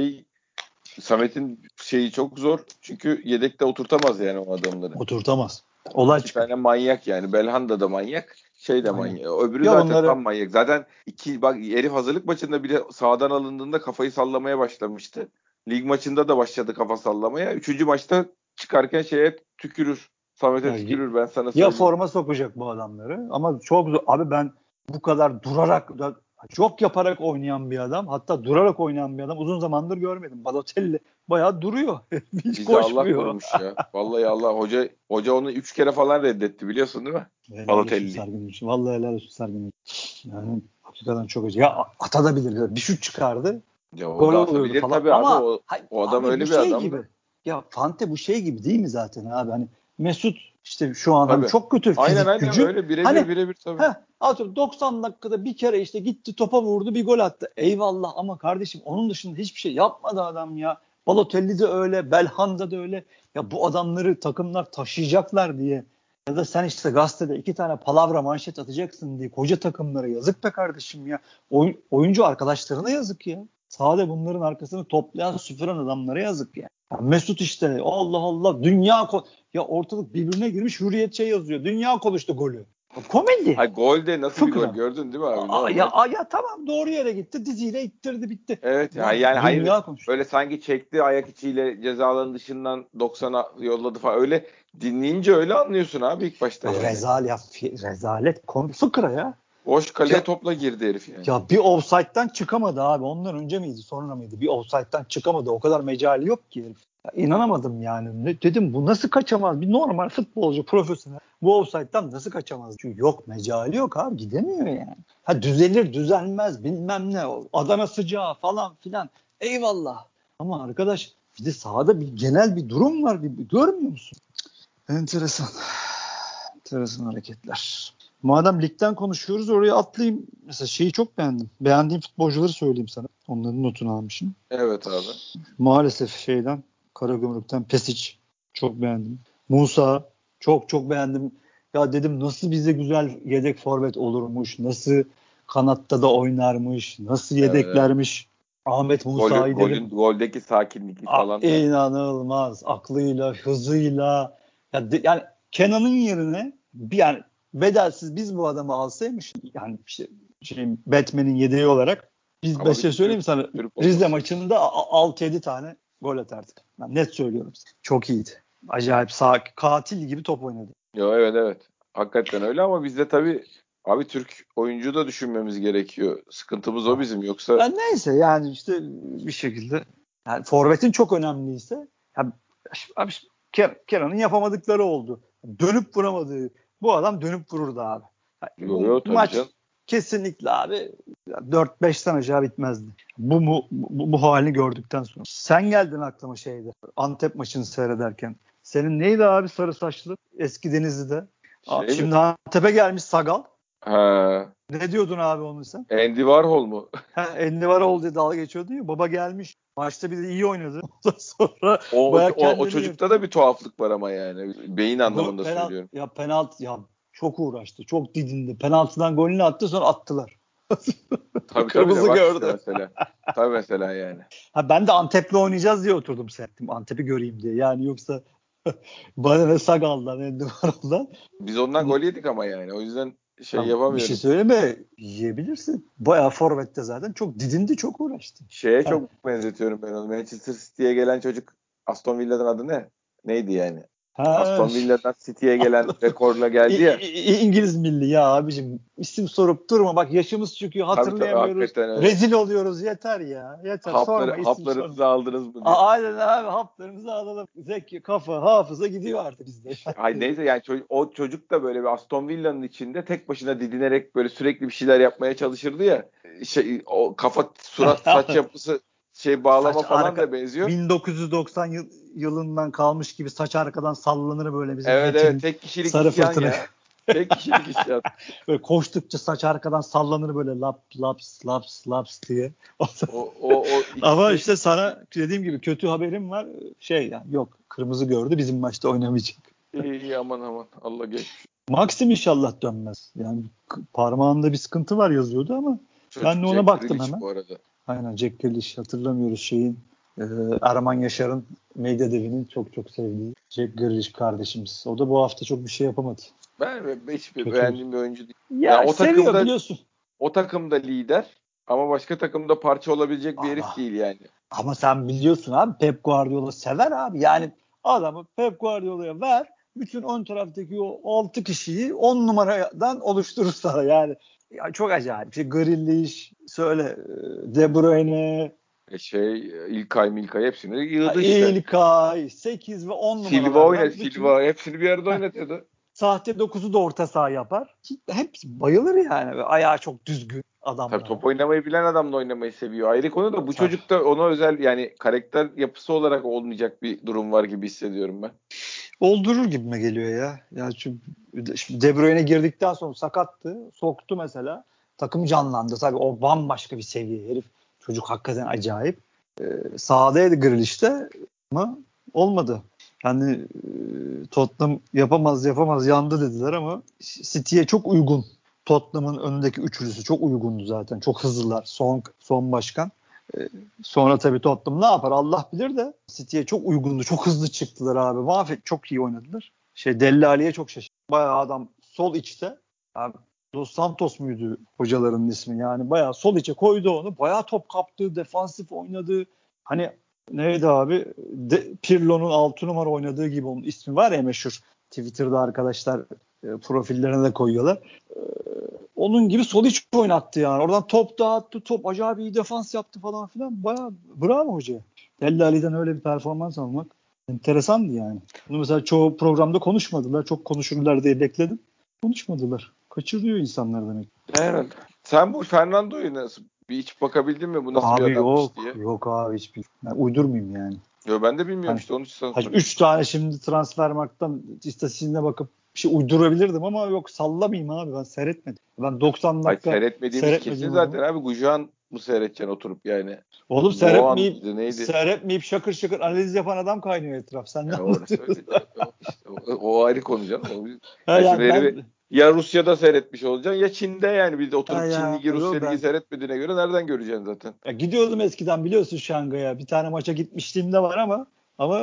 [SPEAKER 1] Samet'in şeyi çok zor. Çünkü yedekte oturtamaz yani o adamları.
[SPEAKER 2] Oturtamaz. Olay
[SPEAKER 1] İki tane manyak yani. Belhanda da manyak. De manyak. Öbürü
[SPEAKER 2] ya
[SPEAKER 1] zaten
[SPEAKER 2] onları...
[SPEAKER 1] tam manyak. Zaten bak herif hazırlık maçında bile sağdan alındığında kafayı sallamaya başlamıştı. Lig maçında da başladı kafa sallamaya. 3. maçta çıkarken tükürür. Samet'e tükürür ben sana
[SPEAKER 2] Ya
[SPEAKER 1] söyleyeyim.
[SPEAKER 2] forma sokacak bu adamları ama çok zor. Abi ben bu kadar durarak çok yaparak oynayan bir adam, hatta durarak oynayan bir adam uzun zamandır görmedim. Balotelli bayağı duruyor. Hiç
[SPEAKER 1] Bizi Allah
[SPEAKER 2] koşmuyor.
[SPEAKER 1] korumuş ya. Vallahi Allah hoca onu 3 kere falan reddetti biliyorsun değil mi?
[SPEAKER 2] Helal olsun
[SPEAKER 1] Balotelli.
[SPEAKER 2] Sergen Hoca. Vallahi helal olsun Sergen Hoca. Yani hakikaten çok acı. Ya atabilir. Bir şut çıkardı.
[SPEAKER 1] Ya o
[SPEAKER 2] Gol
[SPEAKER 1] da
[SPEAKER 2] oluyordu
[SPEAKER 1] atabilir
[SPEAKER 2] falan.
[SPEAKER 1] tabii abi.
[SPEAKER 2] Ama
[SPEAKER 1] O adam
[SPEAKER 2] abi bu
[SPEAKER 1] öyle bir adam
[SPEAKER 2] gibi.
[SPEAKER 1] da.
[SPEAKER 2] Ya Fante bu gibi değil mi zaten abi? Hani Mesut işte şu an hani
[SPEAKER 1] Tabii.
[SPEAKER 2] çok kötü fizik
[SPEAKER 1] Aynen
[SPEAKER 2] gücü.
[SPEAKER 1] öyle
[SPEAKER 2] Hani
[SPEAKER 1] birebir tabii.
[SPEAKER 2] atıyorum 90 dakikada bir kere işte gitti topa vurdu bir gol attı. Eyvallah ama kardeşim onun dışında hiçbir şey yapmadı adam ya. Balotelli de öyle, Belhanda da öyle. Ya bu adamları takımlar taşıyacaklar diye ya da sen işte gazetede 2 tane palavra manşet atacaksın diye koca takımlara yazık be kardeşim ya. Oyuncu arkadaşlarına yazık ya. Sahada bunların arkasını toplayan, süpüren adamlara yazık ya. Ya Mesut işte Allah Allah ya ortalık birbirine girmiş Hürriyet yazıyor. Dünya konuştu golü. Komedi.
[SPEAKER 1] Ay golde nasıl bir gol
[SPEAKER 2] Fıkra.
[SPEAKER 1] gördün değil mi abi? Normal.
[SPEAKER 2] Ya tamam doğru yere gitti. Diziyle ittirdi bitti.
[SPEAKER 1] Evet
[SPEAKER 2] Lan
[SPEAKER 1] yani hayır
[SPEAKER 2] dünya konuştu.
[SPEAKER 1] böyle sanki çekti ayak içiyle ceza alanı dışından 90'a yolladı falan. Öyle dinleyince öyle anlıyorsun abi ilk başta
[SPEAKER 2] Ya
[SPEAKER 1] yani.
[SPEAKER 2] rezalet. Fıkra ya.
[SPEAKER 1] Boş kaleye
[SPEAKER 2] Ya
[SPEAKER 1] topla girdi herif yani.
[SPEAKER 2] Ya bir offside'dan çıkamadı abi. Ondan önce miydi sonra mıydı? Bir offside'dan çıkamadı. O kadar mecali yok ki herif. Ya inanamadım yani. Dedim bu nasıl kaçamaz? Bir normal futbolcu, profesyonel bu offside'dan nasıl kaçamaz? Çünkü yok mecali yok abi. Gidemiyor yani. Düzelir düzelmez bilmem ne. Adana sıcağı falan filan. Eyvallah. Ama arkadaş bir de sahada bir genel bir durum var. Bir görmüyor musun? Enteresan. Enteresan hareketler. Madem ligden konuşuyoruz oraya atlayayım. Mesela çok beğendim. Beğendiğim futbolcuları söyleyeyim sana. Onların notunu almışım.
[SPEAKER 1] Evet abi.
[SPEAKER 2] Maalesef Karagümrük'ten Pesic çok beğendim. Musa çok beğendim. Ya dedim nasıl bize güzel yedek forvet olurmuş. Nasıl kanatta da oynarmış. Nasıl
[SPEAKER 1] Evet.
[SPEAKER 2] yedeklermiş. Ahmet Musa'yı dedim.
[SPEAKER 1] Goldeki sakinlik falan da.
[SPEAKER 2] İnanılmaz. Aklıyla, hızıyla. Yani Kenan'ın yerine yani bedelsiz biz bu adamı alsaymış yani işte Batman'in yedeği olarak biz
[SPEAKER 1] Ama bir de
[SPEAKER 2] söyleyeyim sana
[SPEAKER 1] Türk
[SPEAKER 2] Rize
[SPEAKER 1] olması.
[SPEAKER 2] maçında 6-7 tane gol atardık. Ben net söylüyorum. Çok iyiydi. Acayip katil gibi top oynadı.
[SPEAKER 1] Yo, evet. Hakikaten öyle ama bizde tabii abi Türk oyuncu da düşünmemiz gerekiyor. Sıkıntımız o bizim. Yoksa
[SPEAKER 2] Neyse yani işte bir şekilde yani forvetin çok önemliyse abi, Kenan'ın yapamadıkları oldu. Dönüp vuramadığı. Bu adam dönüp vururdu abi. Bu
[SPEAKER 1] tabii
[SPEAKER 2] maç
[SPEAKER 1] canım.
[SPEAKER 2] kesinlikle abi 4-5'ten aşağı bitmezdi. Bu halini gördükten sonra. Sen geldin aklıma Antep maçını seyrederken. Senin neydi abi sarı saçlı eski Denizli'de?
[SPEAKER 1] Mi?
[SPEAKER 2] Şimdi Antep'e gelmiş Sagal.
[SPEAKER 1] Ha,
[SPEAKER 2] Ne diyordun abi onu sen?
[SPEAKER 1] Andy Warhol mu?
[SPEAKER 2] Endivaroğlu diye dalga geçiyordu ya. Baba gelmiş. Maçta bir de iyi oynadı. Ondan sonra baya
[SPEAKER 1] O
[SPEAKER 2] kendini
[SPEAKER 1] çocukta
[SPEAKER 2] yırttı.
[SPEAKER 1] da bir tuhaflık var ama yani. Beyin anlamında söylüyorum.
[SPEAKER 2] Penaltı çok uğraştı. Çok didindi. Penaltıdan golünü attı sonra attılar.
[SPEAKER 1] Tabii de
[SPEAKER 2] Kırmızı
[SPEAKER 1] bak işte
[SPEAKER 2] gördü.
[SPEAKER 1] mesela. Tabii mesela yani.
[SPEAKER 2] Ben de Antep'le oynayacağız diye oturdum seyrettim. Antep'i göreyim diye. Yani yoksa bana ne Sagal'dan, Endivarol'dan.
[SPEAKER 1] Biz ondan gol yedik ama yani. O yüzden şey
[SPEAKER 2] Bir
[SPEAKER 1] yapamıyorum.
[SPEAKER 2] şey söyleme, yiyebilirsin. Bayağı forvette zaten çok didindi, çok uğraştı.
[SPEAKER 1] Şeye çok benzetiyorum ben onu. Manchester City'ye gelen çocuk, Aston Villa'dan adı ne? Neydi yani?
[SPEAKER 2] Ha,
[SPEAKER 1] Aston Villa'dan City'ye gelen rekorla geldi ya.
[SPEAKER 2] İngiliz milli ya abicim. İsim sorup durma. Bak yaşımız çıkıyor,
[SPEAKER 1] Tabii,
[SPEAKER 2] hatırlayamıyoruz.
[SPEAKER 1] hakikaten öyle.
[SPEAKER 2] Rezil oluyoruz, yeter ya. Yeter, sorma, isim sorma.
[SPEAKER 1] Haplarınızı aldınız mı diye.
[SPEAKER 2] Aynen abi, haplarımızı alalım. Zeki, kafa, hafıza gidiyor artık bizde.
[SPEAKER 1] Ay neyse yani o çocuk da böyle bir Aston Villa'nın içinde tek başına didinerek böyle sürekli bir şeyler yapmaya çalışırdı ya. O kafa, surat, saç yapısı bağlama
[SPEAKER 2] Saç
[SPEAKER 1] falan
[SPEAKER 2] arka
[SPEAKER 1] da benziyor.
[SPEAKER 2] 1990 yılından kalmış gibi saç arkadan sallanır böyle bizim
[SPEAKER 1] Evet,
[SPEAKER 2] Metin
[SPEAKER 1] tek kişilik
[SPEAKER 2] sarı
[SPEAKER 1] isyan
[SPEAKER 2] fırtına.
[SPEAKER 1] ya. Tek kişilik isyan.
[SPEAKER 2] Böyle koştukça saç arkadan sallanır böyle lap laps laps laps diye.
[SPEAKER 1] O
[SPEAKER 2] Ama
[SPEAKER 1] ikisi
[SPEAKER 2] işte sana dediğim gibi kötü haberim var. Yani yok, kırmızı gördü, bizim maçta oynamayacak.
[SPEAKER 1] iyi, aman aman, Allah geçmiş.
[SPEAKER 2] Maxim inşallah dönmez. Yani parmağında bir sıkıntı var yazıyordu ama ben
[SPEAKER 1] Çocuk
[SPEAKER 2] de ona
[SPEAKER 1] Jack
[SPEAKER 2] baktım
[SPEAKER 1] Grealish
[SPEAKER 2] hemen.
[SPEAKER 1] bu arada.
[SPEAKER 2] Aynen, Jack Grealish, hatırlamıyoruz şeyin, Erman Yaşar'ın medya devinin çok çok sevdiği Jack Grealish kardeşimiz. O da bu hafta çok bir şey yapamadı.
[SPEAKER 1] Ben hiç
[SPEAKER 2] Kötü.
[SPEAKER 1] beğendiğim bir oyuncu değil.
[SPEAKER 2] Ya
[SPEAKER 1] Yani
[SPEAKER 2] seviyor biliyorsun.
[SPEAKER 1] o takımda lider ama başka takımda parça olabilecek bir herif
[SPEAKER 2] Ama
[SPEAKER 1] değil yani.
[SPEAKER 2] ama sen biliyorsun abi, Pep Guardiola sever abi. Yani adamı Pep Guardiola'ya ver, bütün ön taraftaki o 6 kişiyi 10 numaradan oluşturur sana yani. Ya çok acayip. Grealish, söyle, De Bruyne,
[SPEAKER 1] İlkay hepsini yığdı işte.
[SPEAKER 2] İlkay, 8 ve 10 numaralardan bütün
[SPEAKER 1] Silva hepsini bir arada oynatıyordu.
[SPEAKER 2] sahte 9'u da orta saha yapar. Hepsi bayılır yani. Ayağı çok düzgün
[SPEAKER 1] Tabii
[SPEAKER 2] adamlara.
[SPEAKER 1] top oynamayı bilen adamla oynamayı seviyor. Ayrı konu da bu
[SPEAKER 2] Tabii.
[SPEAKER 1] çocukta ona özel yani karakter yapısı olarak olmayacak bir durum var gibi hissediyorum ben.
[SPEAKER 2] Oldurur gibime geliyor ya. Yani çünkü şimdi De Bruyne girdikten sonra sakattı. Soktu mesela. Takım canlandı. Tabii o bambaşka bir seviye herif. Çocuk hakikaten acayip. Sahadaydı Grealish'te ama olmadı. Yani Tottenham yapamaz yandı dediler ama City'ye çok uygun. Tottenham'ın önündeki üçlüsü çok uygundu zaten. Çok hızlılar. Son başkan. E, Sonra tabii Tottenham ne yapar Allah bilir de City'ye çok uygundu. Çok hızlı çıktılar abi. Çok iyi oynadılar. Delle Alli'ye çok şaşırdım. Bayağı adam sol içte. Abi, Dos Santos muydu hocaların ismi? Yani bayağı sol içe koydu onu. Bayağı top kaptı. Defansif oynadı. Hani neydi abi? Pirlo'nun 6 numara oynadığı gibi onun ismi var ya meşhur. Twitter'da arkadaşlar profillerine de koyuyorlar. E, Onun gibi sol iç oynattı yani. Oradan top dağıttı. Top acayip iyi defans yaptı falan filan. Bayağı bravo hocaya. Delle Alli'den öyle bir performans almak enteresandı yani. Bunu mesela çoğu programda konuşmadılar. Çok konuşurlar diye bekledim. Konuşmadılar. Kaçırıyor insanlar demek.
[SPEAKER 1] Herhalde. Sen bu Fernando'yu nasıl bir hiç bakabildin mi bu nasıl bir
[SPEAKER 2] Abi
[SPEAKER 1] adammış
[SPEAKER 2] yok.
[SPEAKER 1] diye?
[SPEAKER 2] Yok abi hiçbir. Ben uydurmayayım yani.
[SPEAKER 1] Yo, ben de bilmiyorum
[SPEAKER 2] Hani,
[SPEAKER 1] işte onun için sana soruyorum.
[SPEAKER 2] 3 tane şimdi Transfermarkt'tan istatistiğine bakıp bir şey uydurabilirdim ama yok, sallamayayım abi, ben seyretmedim. Ben 90
[SPEAKER 1] Ay,
[SPEAKER 2] dakika
[SPEAKER 1] seyretmediğimiz kesin
[SPEAKER 2] seyretmediğim adamı.
[SPEAKER 1] zaten abi. Gujan mı seyredeceksin oturup yani?
[SPEAKER 2] Oğlum
[SPEAKER 1] Boğan mıydı neydi?
[SPEAKER 2] seyretmeyip şakır şakır analiz yapan adam kaynıyor etraf. Sen ne
[SPEAKER 1] Orası
[SPEAKER 2] anlatıyorsun?
[SPEAKER 1] öyle. O ayrı konu canım.
[SPEAKER 2] Ha
[SPEAKER 1] Ya
[SPEAKER 2] ya
[SPEAKER 1] şimdi herifi
[SPEAKER 2] ben
[SPEAKER 1] ya Rusya'da seyretmiş olacaksın ya Çin'de, yani biz de
[SPEAKER 2] ha
[SPEAKER 1] oturup Çin
[SPEAKER 2] ya
[SPEAKER 1] Ligi, Rusya
[SPEAKER 2] yo,
[SPEAKER 1] Ligi
[SPEAKER 2] ben
[SPEAKER 1] seyretmediğine göre nereden göreceksin zaten?
[SPEAKER 2] ya gidiyordum eskiden biliyorsun Şangay'a. Bir tane maça gitmişliğim de var ama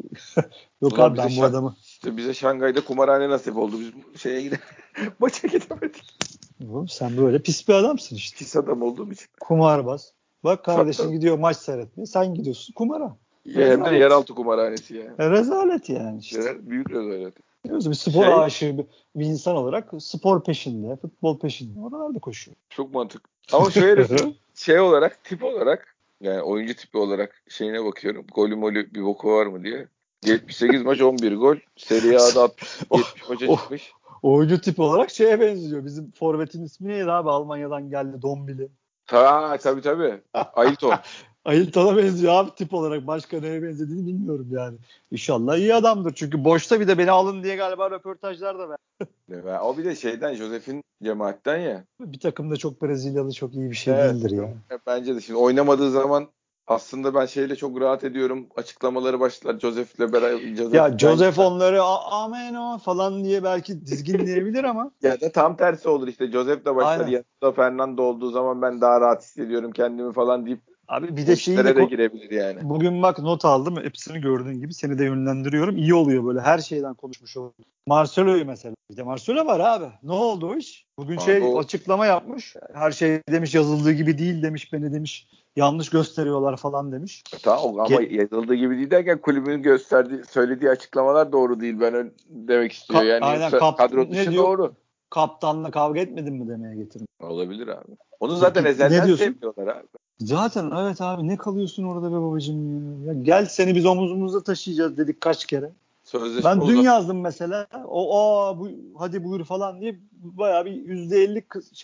[SPEAKER 2] yok
[SPEAKER 1] Ulan
[SPEAKER 2] abi, ben bu adamı.
[SPEAKER 1] işte bize Şangay'da kumarhane nasip oldu. Biz şeye gidelim. Maça gidemedik.
[SPEAKER 2] Oğlum sen böyle pis bir adamsın işte.
[SPEAKER 1] Pis adam olduğum için.
[SPEAKER 2] Kumarbaz. Bak kardeşin
[SPEAKER 1] Tabii.
[SPEAKER 2] gidiyor maç seyretmeye. Sen gidiyorsun kumara.
[SPEAKER 1] Ya hem de
[SPEAKER 2] Rezalet.
[SPEAKER 1] yeraltı kumarhanesi ya.
[SPEAKER 2] Rezalet yani işte.
[SPEAKER 1] Büyük rezalet.
[SPEAKER 2] Biliyorsun, bir spor
[SPEAKER 1] Şey
[SPEAKER 2] aşığı bir insan olarak spor peşinde, futbol peşinde. Oralarda koşuyor.
[SPEAKER 1] çok mantıklı. Ama şu herifin olarak, tip olarak, yani oyuncu tipi olarak şeyine bakıyorum. Golü molü bir boku var mı diye. 78 maç 11 gol. Serie A'da 70 maça
[SPEAKER 2] o,
[SPEAKER 1] çıkmış.
[SPEAKER 2] oyuncu tip olarak şeye benziyor. Bizim forvetin ismi neydi abi? Almanya'dan geldi, Dombili.
[SPEAKER 1] Tabii. Ailton.
[SPEAKER 2] Ailton'a benziyor abi tip olarak. Başka neye benzediğini bilmiyorum yani. İnşallah iyi adamdır. Çünkü boşta bir de beni alın diye galiba röportajlar da ver.
[SPEAKER 1] O bir de Joseph'in cemaatten ya.
[SPEAKER 2] Bir takımda çok Brezilyalı çok iyi bir şey
[SPEAKER 1] Evet.
[SPEAKER 2] değildir ya.
[SPEAKER 1] Bence de şimdi oynamadığı zaman aslında ben şeyle çok rahat ediyorum. Açıklamaları başlar Joseph'le beraber.
[SPEAKER 2] Ya
[SPEAKER 1] Joseph yan
[SPEAKER 2] Joseph
[SPEAKER 1] yana.
[SPEAKER 2] onları ameno falan diye belki dizginleyebilir ama
[SPEAKER 1] Ya da tam tersi olur işte. Joseph de başlar.
[SPEAKER 2] aynen.
[SPEAKER 1] Yanında Fernando olduğu zaman ben daha rahat hissediyorum kendimi falan deyip
[SPEAKER 2] Abi bir
[SPEAKER 1] O
[SPEAKER 2] de şeyi de
[SPEAKER 1] işlere de girebilir yani.
[SPEAKER 2] bugün bak not aldım. Hepsini gördüğün gibi seni de yönlendiriyorum. İyi oluyor böyle her şeyden konuşmuş olduk. Marcelo'yu mesela. Bir de Marcelo var abi. Ne oldu o iş? Bugün
[SPEAKER 1] Abi o
[SPEAKER 2] açıklama yapmış. Her şey demiş yazıldığı gibi değil demiş. Beni demiş yanlış gösteriyorlar falan demiş.
[SPEAKER 1] tamam ama yazıldığı gibi değil derken kulübün söylediği açıklamalar doğru değil. Demek istiyor yani,
[SPEAKER 2] Aynen
[SPEAKER 1] yoksa kadro
[SPEAKER 2] ne
[SPEAKER 1] dışı
[SPEAKER 2] diyor?
[SPEAKER 1] doğru.
[SPEAKER 2] Kaptanla kavga etmedin mi demeye getirmiş.
[SPEAKER 1] Olabilir abi. Onu zaten
[SPEAKER 2] Peki ne
[SPEAKER 1] ezelden
[SPEAKER 2] diyorsun?
[SPEAKER 1] sevmiyorlar abi.
[SPEAKER 2] Zaten evet abi ne kalıyorsun orada be babacığım ya. Ya gel seni biz omuzumuzda taşıyacağız dedik kaç kere.
[SPEAKER 1] Sözleşme
[SPEAKER 2] Ben dün
[SPEAKER 1] uzat.
[SPEAKER 2] yazdım mesela. Hadi buyur falan diye bayağı bir %50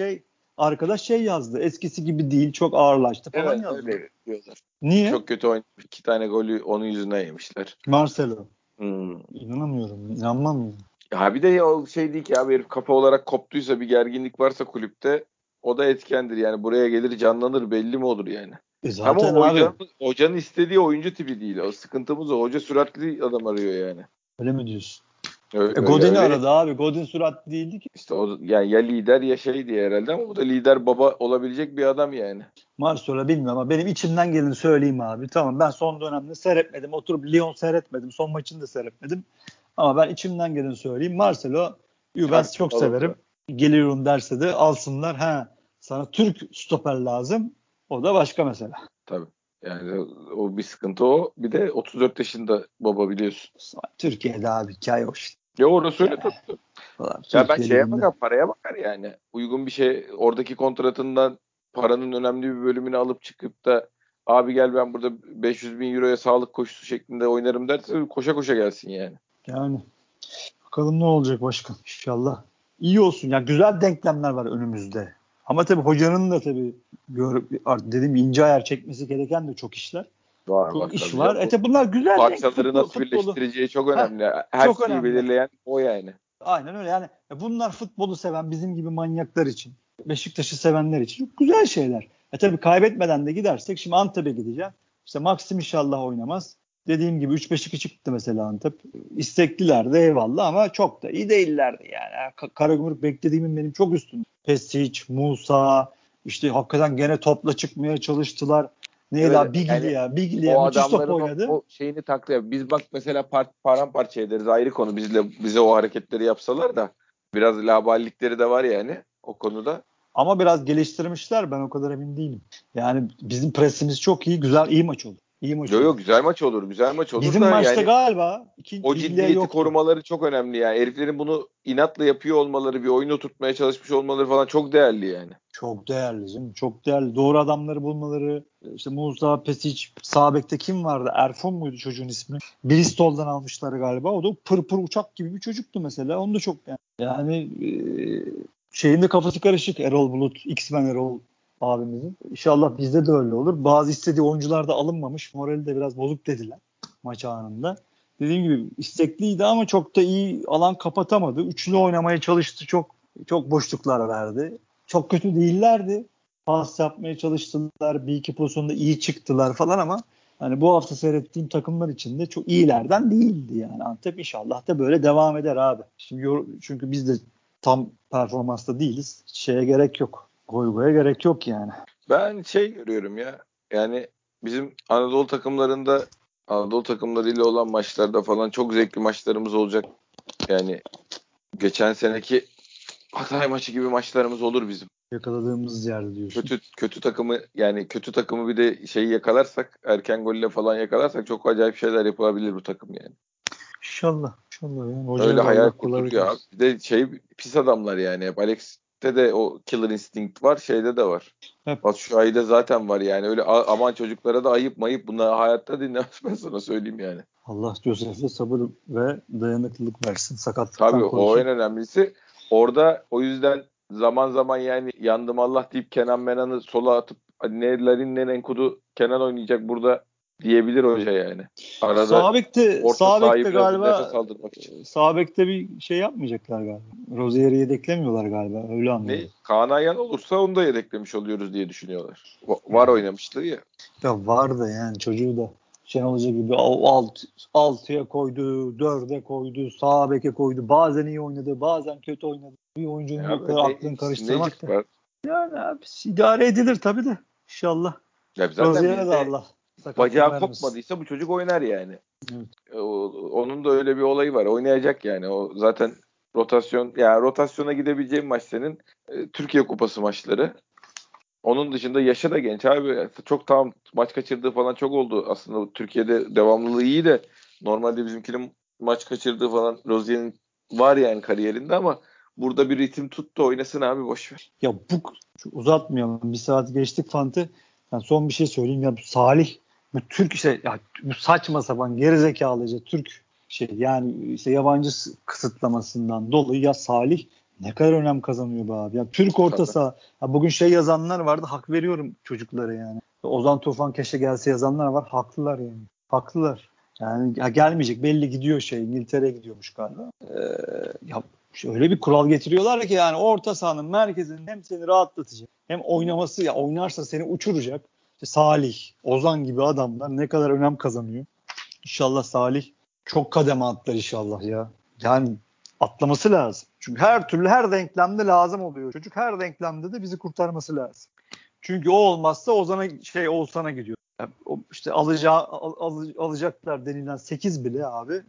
[SPEAKER 2] arkadaş yazdı. Eskisi gibi değil, çok ağırlaştı falan
[SPEAKER 1] Evet,
[SPEAKER 2] yazdı.
[SPEAKER 1] öyle diyorlar.
[SPEAKER 2] Niye?
[SPEAKER 1] Çok kötü oynamış. 2 tane golü onun yüzünden yemişler.
[SPEAKER 2] Marcelo.
[SPEAKER 1] Hmm.
[SPEAKER 2] İnanamıyorum. İnanmam ya.
[SPEAKER 1] Ya bir de o şey değil ki abi, herif kafa olarak koptuysa, bir gerginlik varsa kulüpte, o da etkendir yani. Buraya gelir canlanır, belli mi olur yani. Ama
[SPEAKER 2] Zaten
[SPEAKER 1] o
[SPEAKER 2] abi
[SPEAKER 1] hocanın istediği oyuncu tipi değil. O sıkıntımız o. Hoca süratli adam arıyor yani.
[SPEAKER 2] öyle mi diyorsun?
[SPEAKER 1] Öyle,
[SPEAKER 2] Godin'i
[SPEAKER 1] öyle.
[SPEAKER 2] aradı abi. Godin süratli değildi ki.
[SPEAKER 1] İşte o yani, ya lider ya şey diye herhalde, ama bu da lider baba olabilecek bir adam yani.
[SPEAKER 2] Marcelo bilmiyorum ama benim içimden geleni söyleyeyim abi. Tamam ben son dönemde seyretmedim. Oturup Lyon seyretmedim. Son maçını da seyretmedim. Ama ben içimden geleni söyleyeyim. Marcelo'yu ben çok
[SPEAKER 1] Alındı.
[SPEAKER 2] severim. Geliyorum derse de alsınlar. Sana Türk stoper lazım. O da başka mesele.
[SPEAKER 1] Tabii. Yani o bir sıkıntı o. Bir de 34 yaşında baba, biliyorsun.
[SPEAKER 2] Türkiye'de abi hikaye o işte.
[SPEAKER 1] Ya orası öyle
[SPEAKER 2] Hikaye
[SPEAKER 1] tabii.
[SPEAKER 2] falan.
[SPEAKER 1] Ya ben
[SPEAKER 2] Türkiye
[SPEAKER 1] şeye
[SPEAKER 2] Ligi'nde.
[SPEAKER 1] bakar, paraya bakar yani. Uygun bir şey, oradaki kontratından paranın önemli bir bölümünü alıp çıkıp da, abi gel ben burada 500 bin euroya sağlık koşusu şeklinde oynarım derse, koşa koşa gelsin yani.
[SPEAKER 2] Yani bakalım ne olacak başkan. İnşallah. İyi olsun. Ya güzel denklemler var önümüzde. Ama tabii hocanın da tabii dediğim gibi ince ayar çekmesi gereken de çok işler.
[SPEAKER 1] Var var
[SPEAKER 2] Çok iş
[SPEAKER 1] tabii
[SPEAKER 2] var.
[SPEAKER 1] canım. Bu
[SPEAKER 2] Tabii bunlar güzel
[SPEAKER 1] parçaları nasıl
[SPEAKER 2] futbolu.
[SPEAKER 1] birleştireceği çok
[SPEAKER 2] Heh,
[SPEAKER 1] önemli. Her
[SPEAKER 2] çok
[SPEAKER 1] şeyi
[SPEAKER 2] önemli.
[SPEAKER 1] belirleyen o yani.
[SPEAKER 2] Aynen öyle. Yani bunlar futbolu seven bizim gibi manyaklar için, Beşiktaş'ı sevenler için çok güzel şeyler. Tabii kaybetmeden de gidersek şimdi Antep'e gideceğim. İşte Maxim inşallah oynamaz. Dediğim gibi 3-5-2 çıktı mesela Antep. İsteklilerdi eyvallah ama çok da iyi değillerdi yani. Karagümrük beklediğimin benim çok üstünde. Pesic, Musa işte hakikaten gene topla çıkmaya çalıştılar. Neydi
[SPEAKER 1] Evet
[SPEAKER 2] abi? Bigli
[SPEAKER 1] yani,
[SPEAKER 2] ya. Bigli ya.
[SPEAKER 1] o
[SPEAKER 2] Müthiş top
[SPEAKER 1] adamların
[SPEAKER 2] oynadı.
[SPEAKER 1] o şeyini taklıyor. Biz bak mesela paramparça ederiz, ayrı konu. Bize o hareketleri yapsalar da, biraz laballikleri de var yani o konuda.
[SPEAKER 2] Ama biraz geliştirmişler. Ben o kadar emin değilim. Yani bizim presimiz çok iyi. Güzel, iyi maç olur. İyi maç
[SPEAKER 1] Yok
[SPEAKER 2] olur.
[SPEAKER 1] yok, güzel maç olur. Güzel maç olur
[SPEAKER 2] Bizim
[SPEAKER 1] da
[SPEAKER 2] maçta
[SPEAKER 1] yani,
[SPEAKER 2] galiba
[SPEAKER 1] o
[SPEAKER 2] Biglia
[SPEAKER 1] ciddiyeti
[SPEAKER 2] yoktu.
[SPEAKER 1] korumaları çok önemli yani. Heriflerin bunu inatla yapıyor olmaları, bir oyunu tutmaya çalışmış olmaları falan çok değerli yani.
[SPEAKER 2] Çok değerli canım. Çok değerli. Doğru adamları bulmaları. İşte Musa, Pesic, sağ bekte kim vardı? Erfon muydu çocuğun ismi? Bristol'dan almışlar galiba. O da pır uçak gibi bir çocuktu mesela. Onu da çok yani şeyin de kafası karışık Erol Bulut, X-Men Erol abimizin. İnşallah bizde de öyle olur. Bazı istediği oyuncular da alınmamış. Morali de biraz bozuk dediler maç anında. Dediğim gibi istekliydi ama çok da iyi alan kapatamadı. Üçlü oynamaya çalıştı. Çok boşluklar verdi. Çok kötü değillerdi. Pas yapmaya çalıştılar. Bir iki pozisyonda iyi çıktılar falan ama hani bu hafta seyrettiğim takımlar içinde çok iyilerden değildi yani. Antep inşallah da böyle devam eder abi. Çünkü biz de tam performansta değiliz. Şeye gerek yok. Goya gerek yok yani.
[SPEAKER 1] Ben şey görüyorum ya. Yani bizim Anadolu takımlarıyla olan maçlarda falan çok zevkli maçlarımız olacak. Yani geçen seneki Hatay maçı gibi maçlarımız olur bizim.
[SPEAKER 2] Yakaladığımız yerde diyorsun.
[SPEAKER 1] Kötü takımı bir de şeyi yakalarsak, erken golle falan yakalarsak, çok acayip şeyler yapılabilir bu takım yani.
[SPEAKER 2] İnşallah. İnşallah yani.
[SPEAKER 1] Öyle
[SPEAKER 2] Hocaya da
[SPEAKER 1] hayal
[SPEAKER 2] Allah kolaylık
[SPEAKER 1] kurduruyor abi.
[SPEAKER 2] versin.
[SPEAKER 1] Bir de pis adamlar yani. Hep Alex'te de o killer instinct var, şeyde de var.
[SPEAKER 2] Hep
[SPEAKER 1] Batshuayi'de zaten var yani. Öyle aman çocuklara da ayıp mayıp, bunlar hayatta dinlemez, ben sana söyleyeyim yani.
[SPEAKER 2] Allah Joseph'e sabır ve dayanıklılık versin.
[SPEAKER 1] Tabii
[SPEAKER 2] Sakatlıktan
[SPEAKER 1] o en
[SPEAKER 2] korusun.
[SPEAKER 1] önemlisi. Orada o yüzden zaman zaman yani, yandım Allah deyip Kenan Menan'ı sola atıp, hadi ne Larin ne Enkudu, Kenan oynayacak burada diyebilir hoca yani. Arada orta
[SPEAKER 2] Sağ
[SPEAKER 1] sahayı
[SPEAKER 2] bekte
[SPEAKER 1] biraz bir
[SPEAKER 2] galiba
[SPEAKER 1] nefes aldırmak için.
[SPEAKER 2] sağ bekte bir şey yapmayacaklar galiba. Rozier'i yedeklemiyorlar galiba. Öyle
[SPEAKER 1] Ne,
[SPEAKER 2] anlıyorum.
[SPEAKER 1] Kaan Ayhan olursa onu da yedeklemiş oluyoruz diye düşünüyorlar. Var oynamışlığı ya.
[SPEAKER 2] Ya var da yani çocuğu da Şenol Hoca gibi altıya koydu, dörde koydu, sağ beke koydu. Bazen iyi oynadı, bazen kötü oynadı. Bir oyuncunun
[SPEAKER 1] Ya
[SPEAKER 2] bu kadar aklını karıştırmak
[SPEAKER 1] Necip
[SPEAKER 2] da.
[SPEAKER 1] var.
[SPEAKER 2] Yani abi idare edilir tabii de. İnşallah.
[SPEAKER 1] Ya zaten
[SPEAKER 2] Rozier'e de
[SPEAKER 1] bizde
[SPEAKER 2] Allah sakatlık
[SPEAKER 1] bacağı
[SPEAKER 2] vermesin.
[SPEAKER 1] kopmadıysa bu çocuk oynar yani.
[SPEAKER 2] Evet.
[SPEAKER 1] Onun da öyle bir olayı var. Oynayacak yani. O zaten rotasyona gidebileceğin maç senin Türkiye Kupası maçları. Onun dışında yaşı da genç abi. Çok tamam maç kaçırdığı falan çok oldu. Aslında Türkiye'de devamlılığı iyi de normalde bizimkinin maç kaçırdığı falan Rozier'in var yani kariyerinde ama burada bir ritim tuttu oynasın abi boş ver.
[SPEAKER 2] Ya uzatmayalım. Bir saat geçtik Fante. Yani son bir şey söyleyeyim. Ya bu Salih bu Türk ya bu saçma sapan gerizekalıca Türk yani yabancı kısıtlamasından dolayı ya Salih ne kadar önem kazanıyor be abi. Ya Türk orta
[SPEAKER 1] Tabii.
[SPEAKER 2] saha. Ya bugün yazanlar vardı. Hak veriyorum çocuklara yani. Ozan Tufan keşke gelse yazanlar var. Haklılar yani. Haklılar. Yani ya gelmeyecek. Belli gidiyor İngiltere'ye gidiyormuş galiba. Ya öyle bir kural getiriyorlar ki yani orta sahanın merkezinin hem seni rahatlatacak hem oynaması ya oynarsa seni uçuracak. İşte Salih, Ozan gibi adamlar ne kadar önem kazanıyor. İnşallah Salih çok kademe atlar inşallah ya. Yani atlaması lazım. Çünkü her türlü her denklemde lazım oluyor. Çocuk her denklemde de bizi kurtarması lazım. Çünkü o olmazsa Ozan'a Oğuzhan'a gidiyor. Yani işte alacaklar denilen 8 bile abi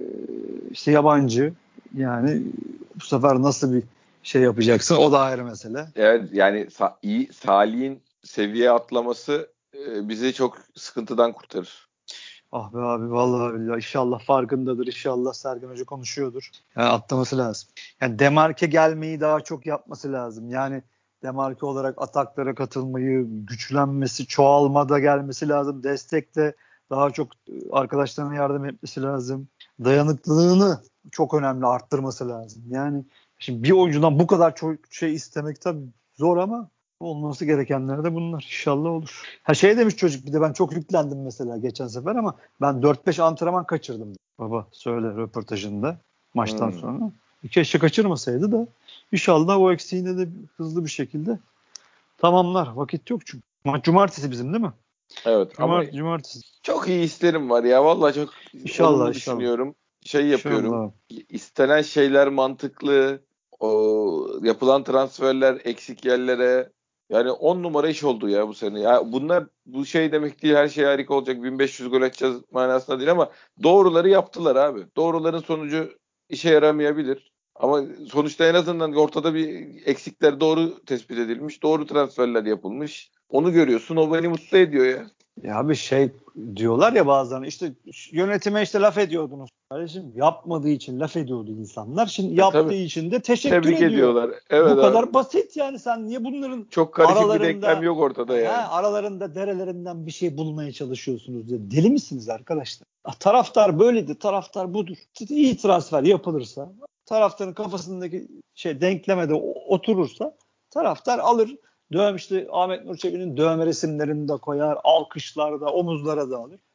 [SPEAKER 2] yabancı. Yani bu sefer nasıl bir yapacaksın o da ayrı mesele.
[SPEAKER 1] Evet yani iyi Salih'in seviye atlaması bizi çok sıkıntıdan kurtarır.
[SPEAKER 2] Ah be abi vallahi billahi inşallah farkındadır. İnşallah Sergen Hoca konuşuyordur. Yani atlaması lazım. Yani demarke gelmeyi daha çok yapması lazım. Yani demarke olarak ataklara katılmayı, güçlenmesi, çoğalmada gelmesi lazım. Destekte daha çok arkadaşlarına yardım etmesi lazım. Dayanıklılığını çok önemli arttırması lazım. Yani şimdi bir oyuncudan bu kadar çok istemek tabii zor ama olması gerekenler de bunlar. İnşallah olur. Demiş çocuk bir de ben çok yüklendim mesela geçen sefer ama ben 4-5 antrenman kaçırdım. Baba söyle röportajında maçtan
[SPEAKER 1] Hmm.
[SPEAKER 2] sonra. Keşke kaçırmasaydı da inşallah o eksiğini de hızlı bir şekilde tamamlar. Vakit yok çünkü. Maç cumartesi bizim değil mi?
[SPEAKER 1] Evet ama
[SPEAKER 2] Cumartesi.
[SPEAKER 1] çok iyi isterim var ya. Vallahi çok
[SPEAKER 2] İnşallah
[SPEAKER 1] olumlu
[SPEAKER 2] inşallah.
[SPEAKER 1] düşünüyorum. Yapıyorum.
[SPEAKER 2] İnşallah.
[SPEAKER 1] İstenen şeyler mantıklı. O yapılan transferler eksik yerlere. Yani 10 numara iş oldu ya bu sene. Ya bunlar bu demek değil her şey harika olacak. 1500 gol atacağız manasında değil ama doğruları yaptılar abi. Doğruların sonucu işe yaramayabilir. Ama sonuçta en azından ortada bir eksikler doğru tespit edilmiş. Doğru transferler yapılmış. Onu görüyorsun. O beni mutlu ediyor ya.
[SPEAKER 2] Ya abi diyorlar ya bazılarına işte yönetime laf ediyordunuz. Kardeşim yapmadığı için laf ediyordu insanlar. Şimdi yaptığı
[SPEAKER 1] Tabii.
[SPEAKER 2] için de teşekkür
[SPEAKER 1] Tebrik
[SPEAKER 2] ediyor.
[SPEAKER 1] ediyorlar. Evet
[SPEAKER 2] Bu
[SPEAKER 1] abi.
[SPEAKER 2] kadar basit yani sen niye bunların
[SPEAKER 1] Çok karışık bir denklem yok ortada yani.
[SPEAKER 2] aralarında derelerinden bir şey bulmaya çalışıyorsunuz diye. Deli misiniz arkadaşlar? Taraftar böyledir, taraftar budur. İyi transfer yapılırsa, taraftarın kafasındaki denkleme de oturursa taraftar alır. Ahmet Nur Çebi'nin dövme resimlerini de koyar, alkışlar da, omuzlara da alır.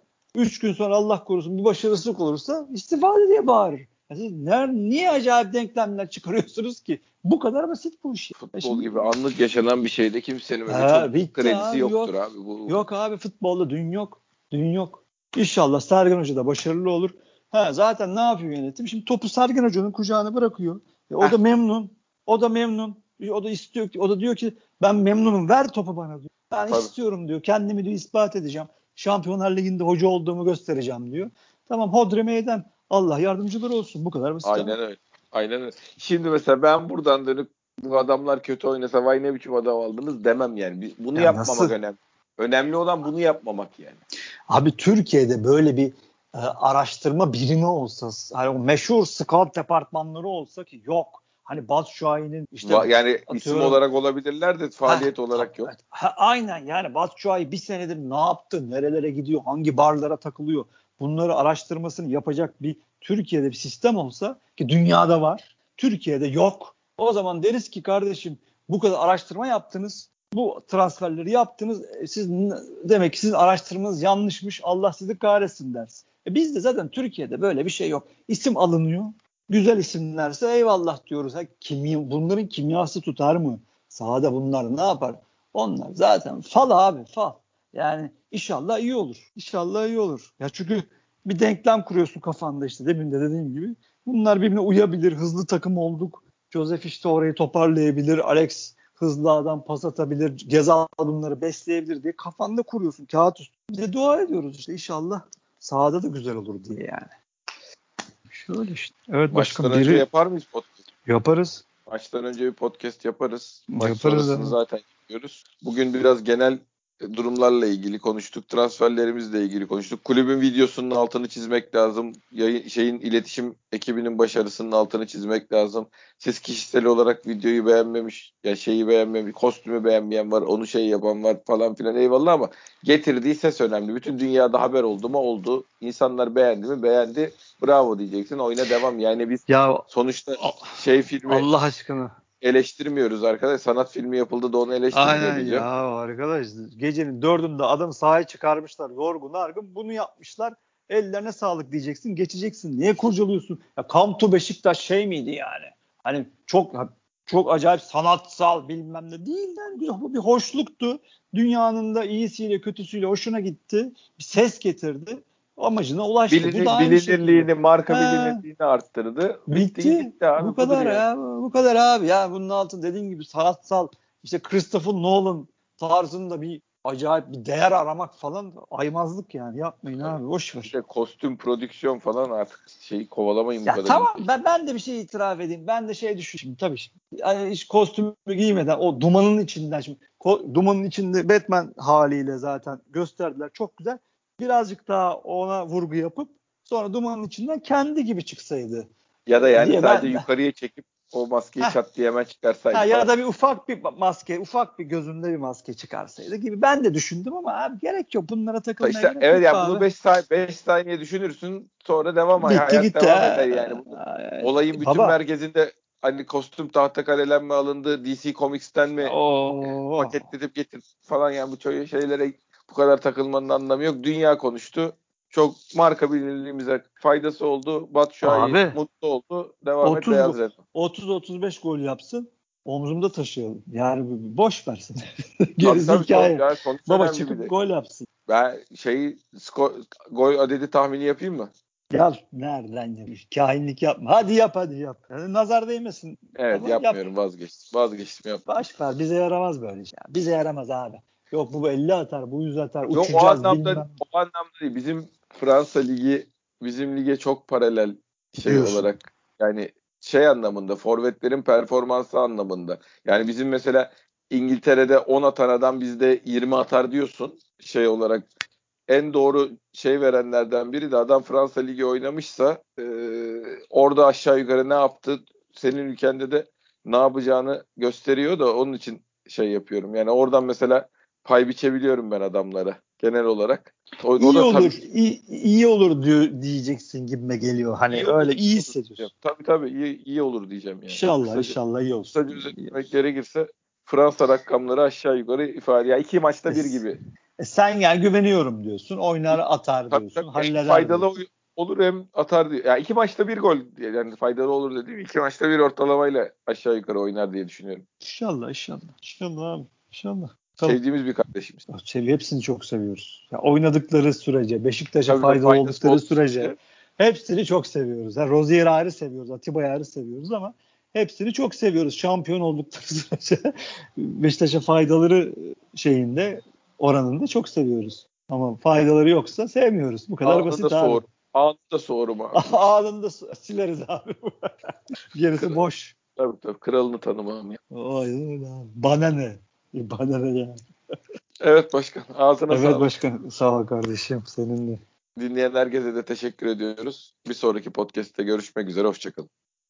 [SPEAKER 2] 3 gün sonra Allah korusun bir başarısızlık olursa istifa diye bağırır. Siz niye acayip denklemler çıkarıyorsunuz ki? Bu kadar basit bu iş.
[SPEAKER 1] Futbol gibi anlık yaşanan bir şeyde kimsenin öyle çok
[SPEAKER 2] Bitti
[SPEAKER 1] kredisi
[SPEAKER 2] abi
[SPEAKER 1] yoktur
[SPEAKER 2] yok.
[SPEAKER 1] abi.
[SPEAKER 2] Yok abi futbolda dün yok. Dün yok. İnşallah Sergen Hoca da başarılı olur. Zaten ne yapıyor yönetim? Şimdi topu Sergen Hoca'nın kucağına bırakıyor. O da memnun. O da memnun. O da istiyor ki, o da diyor ki ben memnunum ver topu bana diyor. Ben
[SPEAKER 1] Tabii.
[SPEAKER 2] istiyorum diyor. Kendimi diyor ispat edeceğim. Şampiyonlar Ligi'nde hoca olduğumu göstereceğim diyor. Tamam hodri meydan. Allah yardımcıları olsun. Bu kadar basit abi.
[SPEAKER 1] Aynen öyle. Aynen öyle. Şimdi mesela ben buradan dönüp bu adamlar kötü oynasa vay ne biçim adam aldınız demem yani. Bunu
[SPEAKER 2] Ya
[SPEAKER 1] yapmamak
[SPEAKER 2] nasıl?
[SPEAKER 1] önemli. Önemli olan bunu yapmamak yani.
[SPEAKER 2] Abi Türkiye'de böyle bir araştırma birimi olsa, hani o meşhur scout departmanları olsa ki yok. Hani Batu Şahin'in
[SPEAKER 1] Yani isim
[SPEAKER 2] atıyorum
[SPEAKER 1] olarak olabilirler de faaliyet olarak yok.
[SPEAKER 2] aynen yani Batu Şahin bir senedir ne yaptı, nerelere gidiyor, hangi barlara takılıyor. Bunları araştırmasını yapacak bir Türkiye'de bir sistem olsa ki dünyada var. Türkiye'de yok. O zaman deriz ki kardeşim bu kadar araştırma yaptınız. Bu transferleri yaptınız. Siz demek ki sizin araştırmanız yanlışmış. Allah sizi kahretsin dersin. Bizde zaten Türkiye'de böyle bir şey yok. İsim alınıyor. Güzel isimlerse eyvallah diyoruz. Bunların kimyası tutar mı? Sahada bunlar ne yapar? Onlar zaten fal abi fal. Yani inşallah iyi olur. İnşallah iyi olur. Ya çünkü bir denklem kuruyorsun kafanda demin de dediğim gibi. Bunlar birbirine uyabilir. Hızlı takım olduk. Joseph orayı toparlayabilir. Alex hızlı adam pas atabilir, Gezal bunları besleyebilir diye kafanda kuruyorsun kağıt üstü. Bir de dua ediyoruz işte inşallah sahada da güzel olur diye yani. Şöyle işte. Evet
[SPEAKER 1] Maçtan
[SPEAKER 2] başkan
[SPEAKER 1] önce
[SPEAKER 2] biri
[SPEAKER 1] yapar mıyız podcast?
[SPEAKER 2] yaparız.
[SPEAKER 1] Maçtan önce bir podcast yaparız. Maç
[SPEAKER 2] Yaparız
[SPEAKER 1] sonrasını
[SPEAKER 2] ama.
[SPEAKER 1] zaten yapıyoruz. Bugün biraz genel durumlarla ilgili konuştuk. Transferlerimizle ilgili konuştuk. Kulübün videosunun altını çizmek lazım. İletişim ekibinin başarısının altını çizmek lazım. Siz kişisel olarak videoyu beğenmemiş, ya şeyi beğenmemiş, kostümü beğenmeyen var, onu şey yapan var falan filan eyvallah ama getirdiği ses önemli. Bütün dünyada haber oldu mu oldu. İnsanlar beğendi mi beğendi. Bravo diyeceksin. Oyuna devam. Yani biz
[SPEAKER 2] Ya
[SPEAKER 1] sonuçta
[SPEAKER 2] a-
[SPEAKER 1] filmi
[SPEAKER 2] Allah aşkına.
[SPEAKER 1] eleştirmiyoruz arkadaş. Sanat filmi yapıldı da onu eleştirmiyor
[SPEAKER 2] Aynen
[SPEAKER 1] diyeceğim.
[SPEAKER 2] ya arkadaş gecenin 4'ünde adam sahaya çıkarmışlar yorgun argın bunu yapmışlar ellerine sağlık diyeceksin geçeceksin niye kurcalıyorsun ya Come to Beşiktaş şey miydi yani hani çok acayip sanatsal bilmem ne değil yani bu bir hoşluktu dünyanın da iyisiyle kötüsüyle hoşuna gitti bir ses getirdi amacına ulaştı bu da aynı şekilde.
[SPEAKER 1] Bilinirliğini, marka
[SPEAKER 2] Ha,
[SPEAKER 1] bilinirliğini arttırdı.
[SPEAKER 2] bitti.
[SPEAKER 1] Bitti abi.
[SPEAKER 2] Bu
[SPEAKER 1] Budur
[SPEAKER 2] kadar
[SPEAKER 1] yani.
[SPEAKER 2] ya. Bu kadar abi. Ya bunun altında dediğin gibi sanatsal işte Christopher Nolan tarzında bir acayip bir değer aramak falan aymazlık yani. Yapmayın
[SPEAKER 1] Evet.
[SPEAKER 2] abi. Boş
[SPEAKER 1] Bir
[SPEAKER 2] ver.
[SPEAKER 1] de kostüm, prodüksiyon falan artık kovalamayın bu
[SPEAKER 2] Ya
[SPEAKER 1] kadar.
[SPEAKER 2] tamam ben de bir şey itiraf edeyim. Ben de şey düşünüyorum tabii şimdi. Yani hiç kostümü giymeden o dumanın içinden şimdi dumanın içinde Batman haliyle zaten gösterdiler. Çok güzel. Birazcık daha ona vurgu yapıp sonra dumanın içinden kendi gibi çıksaydı
[SPEAKER 1] Ya da yani
[SPEAKER 2] diye
[SPEAKER 1] sadece
[SPEAKER 2] ben
[SPEAKER 1] yukarıya çekip o maskeyi
[SPEAKER 2] heh,
[SPEAKER 1] çat diye hemen çıkarsaydı
[SPEAKER 2] ya
[SPEAKER 1] falan.
[SPEAKER 2] da bir ufak bir maske, ufak bir gözünde bir maske çıkarsaydı gibi ben de düşündüm ama abi gerek yok. Bunlara takılmaya
[SPEAKER 1] İşte
[SPEAKER 2] gerek
[SPEAKER 1] evet
[SPEAKER 2] yok
[SPEAKER 1] ya
[SPEAKER 2] abi.
[SPEAKER 1] bunu 5 saniye düşünürsün sonra
[SPEAKER 2] Gitti
[SPEAKER 1] hayat
[SPEAKER 2] gitti.
[SPEAKER 1] devam eder yani. Olayın bütün
[SPEAKER 2] Baba.
[SPEAKER 1] merkezinde hani kostüm tahtakale'den mi alındı, DC Comics'ten mi
[SPEAKER 2] Oo.
[SPEAKER 1] paketletip getir falan yani bu şeylere bu kadar takılmanın anlamı yok. Dünya konuştu. Çok marka bilinirliğimize faydası oldu. Batshuayi
[SPEAKER 2] Abi
[SPEAKER 1] mutlu oldu. Devam et
[SPEAKER 2] 30
[SPEAKER 1] beyaz red.
[SPEAKER 2] 30-35 gol yapsın. Omzumda taşıyalım. Yani boş versin.
[SPEAKER 1] Tabii
[SPEAKER 2] Gerisi
[SPEAKER 1] tabii
[SPEAKER 2] hikaye.
[SPEAKER 1] yani sonuç
[SPEAKER 2] Baba
[SPEAKER 1] önemli bir
[SPEAKER 2] çıkıp
[SPEAKER 1] de.
[SPEAKER 2] gol yapsın.
[SPEAKER 1] Ben gol adedi tahmini yapayım mı?
[SPEAKER 2] Ya nereden yapmış? Kahinlik yapma. Hadi yap hadi yap. Yani nazar değmesin
[SPEAKER 1] Evet
[SPEAKER 2] ama yap.
[SPEAKER 1] yapmıyorum vazgeçtim yapmıyorum.
[SPEAKER 2] Baş ver bize yaramaz böyle şey. Bize yaramaz abi. Yok bu 50 atar, bu 100 atar,
[SPEAKER 1] Yok
[SPEAKER 2] uçacağız bilmem.
[SPEAKER 1] o anlamda değil. Bizim Fransa Ligi bizim lige çok paralel şey
[SPEAKER 2] Diyorsun.
[SPEAKER 1] olarak yani şey anlamında forvetlerin performansı anlamında. Yani bizim mesela İngiltere'de 10 atan adam bizde 20 atar diyorsun şey olarak. En doğru şey verenlerden biri de adam Fransa Ligi oynamışsa orada aşağı yukarı ne yaptı senin ülkende de ne yapacağını gösteriyor da onun için şey yapıyorum. Yani oradan mesela pay biçebiliyorum ben adamlara genel olarak. O
[SPEAKER 2] İyi
[SPEAKER 1] da tabii
[SPEAKER 2] olur,
[SPEAKER 1] ki
[SPEAKER 2] iyi olur diyor, diyeceksin gibime geliyor. Hani
[SPEAKER 1] iyi olur,
[SPEAKER 2] öyle iyi
[SPEAKER 1] iyi olur diyeceğim.
[SPEAKER 2] hissediyorsun.
[SPEAKER 1] Tabii iyi olur diyeceğim yani.
[SPEAKER 2] İnşallah inşallah iyi olsun.
[SPEAKER 1] Kısaca özetlemek gerekirse Fransa rakamları aşağı yukarı ifade. Ya iki
[SPEAKER 2] E,
[SPEAKER 1] maçta bir gibi.
[SPEAKER 2] sen yani güveniyorum diyorsun. Oynar atar
[SPEAKER 1] Tabii
[SPEAKER 2] diyorsun.
[SPEAKER 1] hem
[SPEAKER 2] Halleder
[SPEAKER 1] faydalı
[SPEAKER 2] diyorsun.
[SPEAKER 1] olur hem atar diye. Ya iki maçta bir gol yani faydalı olur dediğim iki maçta bir ortalamayla aşağı yukarı oynar diye düşünüyorum.
[SPEAKER 2] İnşallah inşallah. İnşallah abi. İnşallah. Bakalım.
[SPEAKER 1] Sevdiğimiz bir kardeşimiz.
[SPEAKER 2] Hepsini çok seviyoruz. Ya oynadıkları sürece, Beşiktaş'a
[SPEAKER 1] Tabii
[SPEAKER 2] faydalı
[SPEAKER 1] faydası
[SPEAKER 2] oldukları
[SPEAKER 1] olduğu
[SPEAKER 2] sürece
[SPEAKER 1] sürece.
[SPEAKER 2] hepsini çok seviyoruz. Yani Rozier'i ayrı seviyoruz, Atiba'yı ayrı seviyoruz ama hepsini çok seviyoruz. Şampiyon oldukları sürece Beşiktaş'a faydaları şeyinde oranında çok seviyoruz. Ama faydaları yoksa sevmiyoruz. Bu kadar
[SPEAKER 1] Anında
[SPEAKER 2] basit abi.
[SPEAKER 1] soğur. Anında soğurum abi.
[SPEAKER 2] Anında sileriz abi. Gerisi
[SPEAKER 1] Kral,
[SPEAKER 2] boş.
[SPEAKER 1] tabii kralını tanımam ya.
[SPEAKER 2] Aynen öyle abi. Bana ne? Bana ne yani?
[SPEAKER 1] Evet başkan. Ağzına
[SPEAKER 2] Evet
[SPEAKER 1] sağlık.
[SPEAKER 2] başkan. Sağ ol kardeşim. Seninle.
[SPEAKER 1] Dinleyen herkese de teşekkür ediyoruz. Bir sonraki podcast'te görüşmek üzere. Hoşçakalın.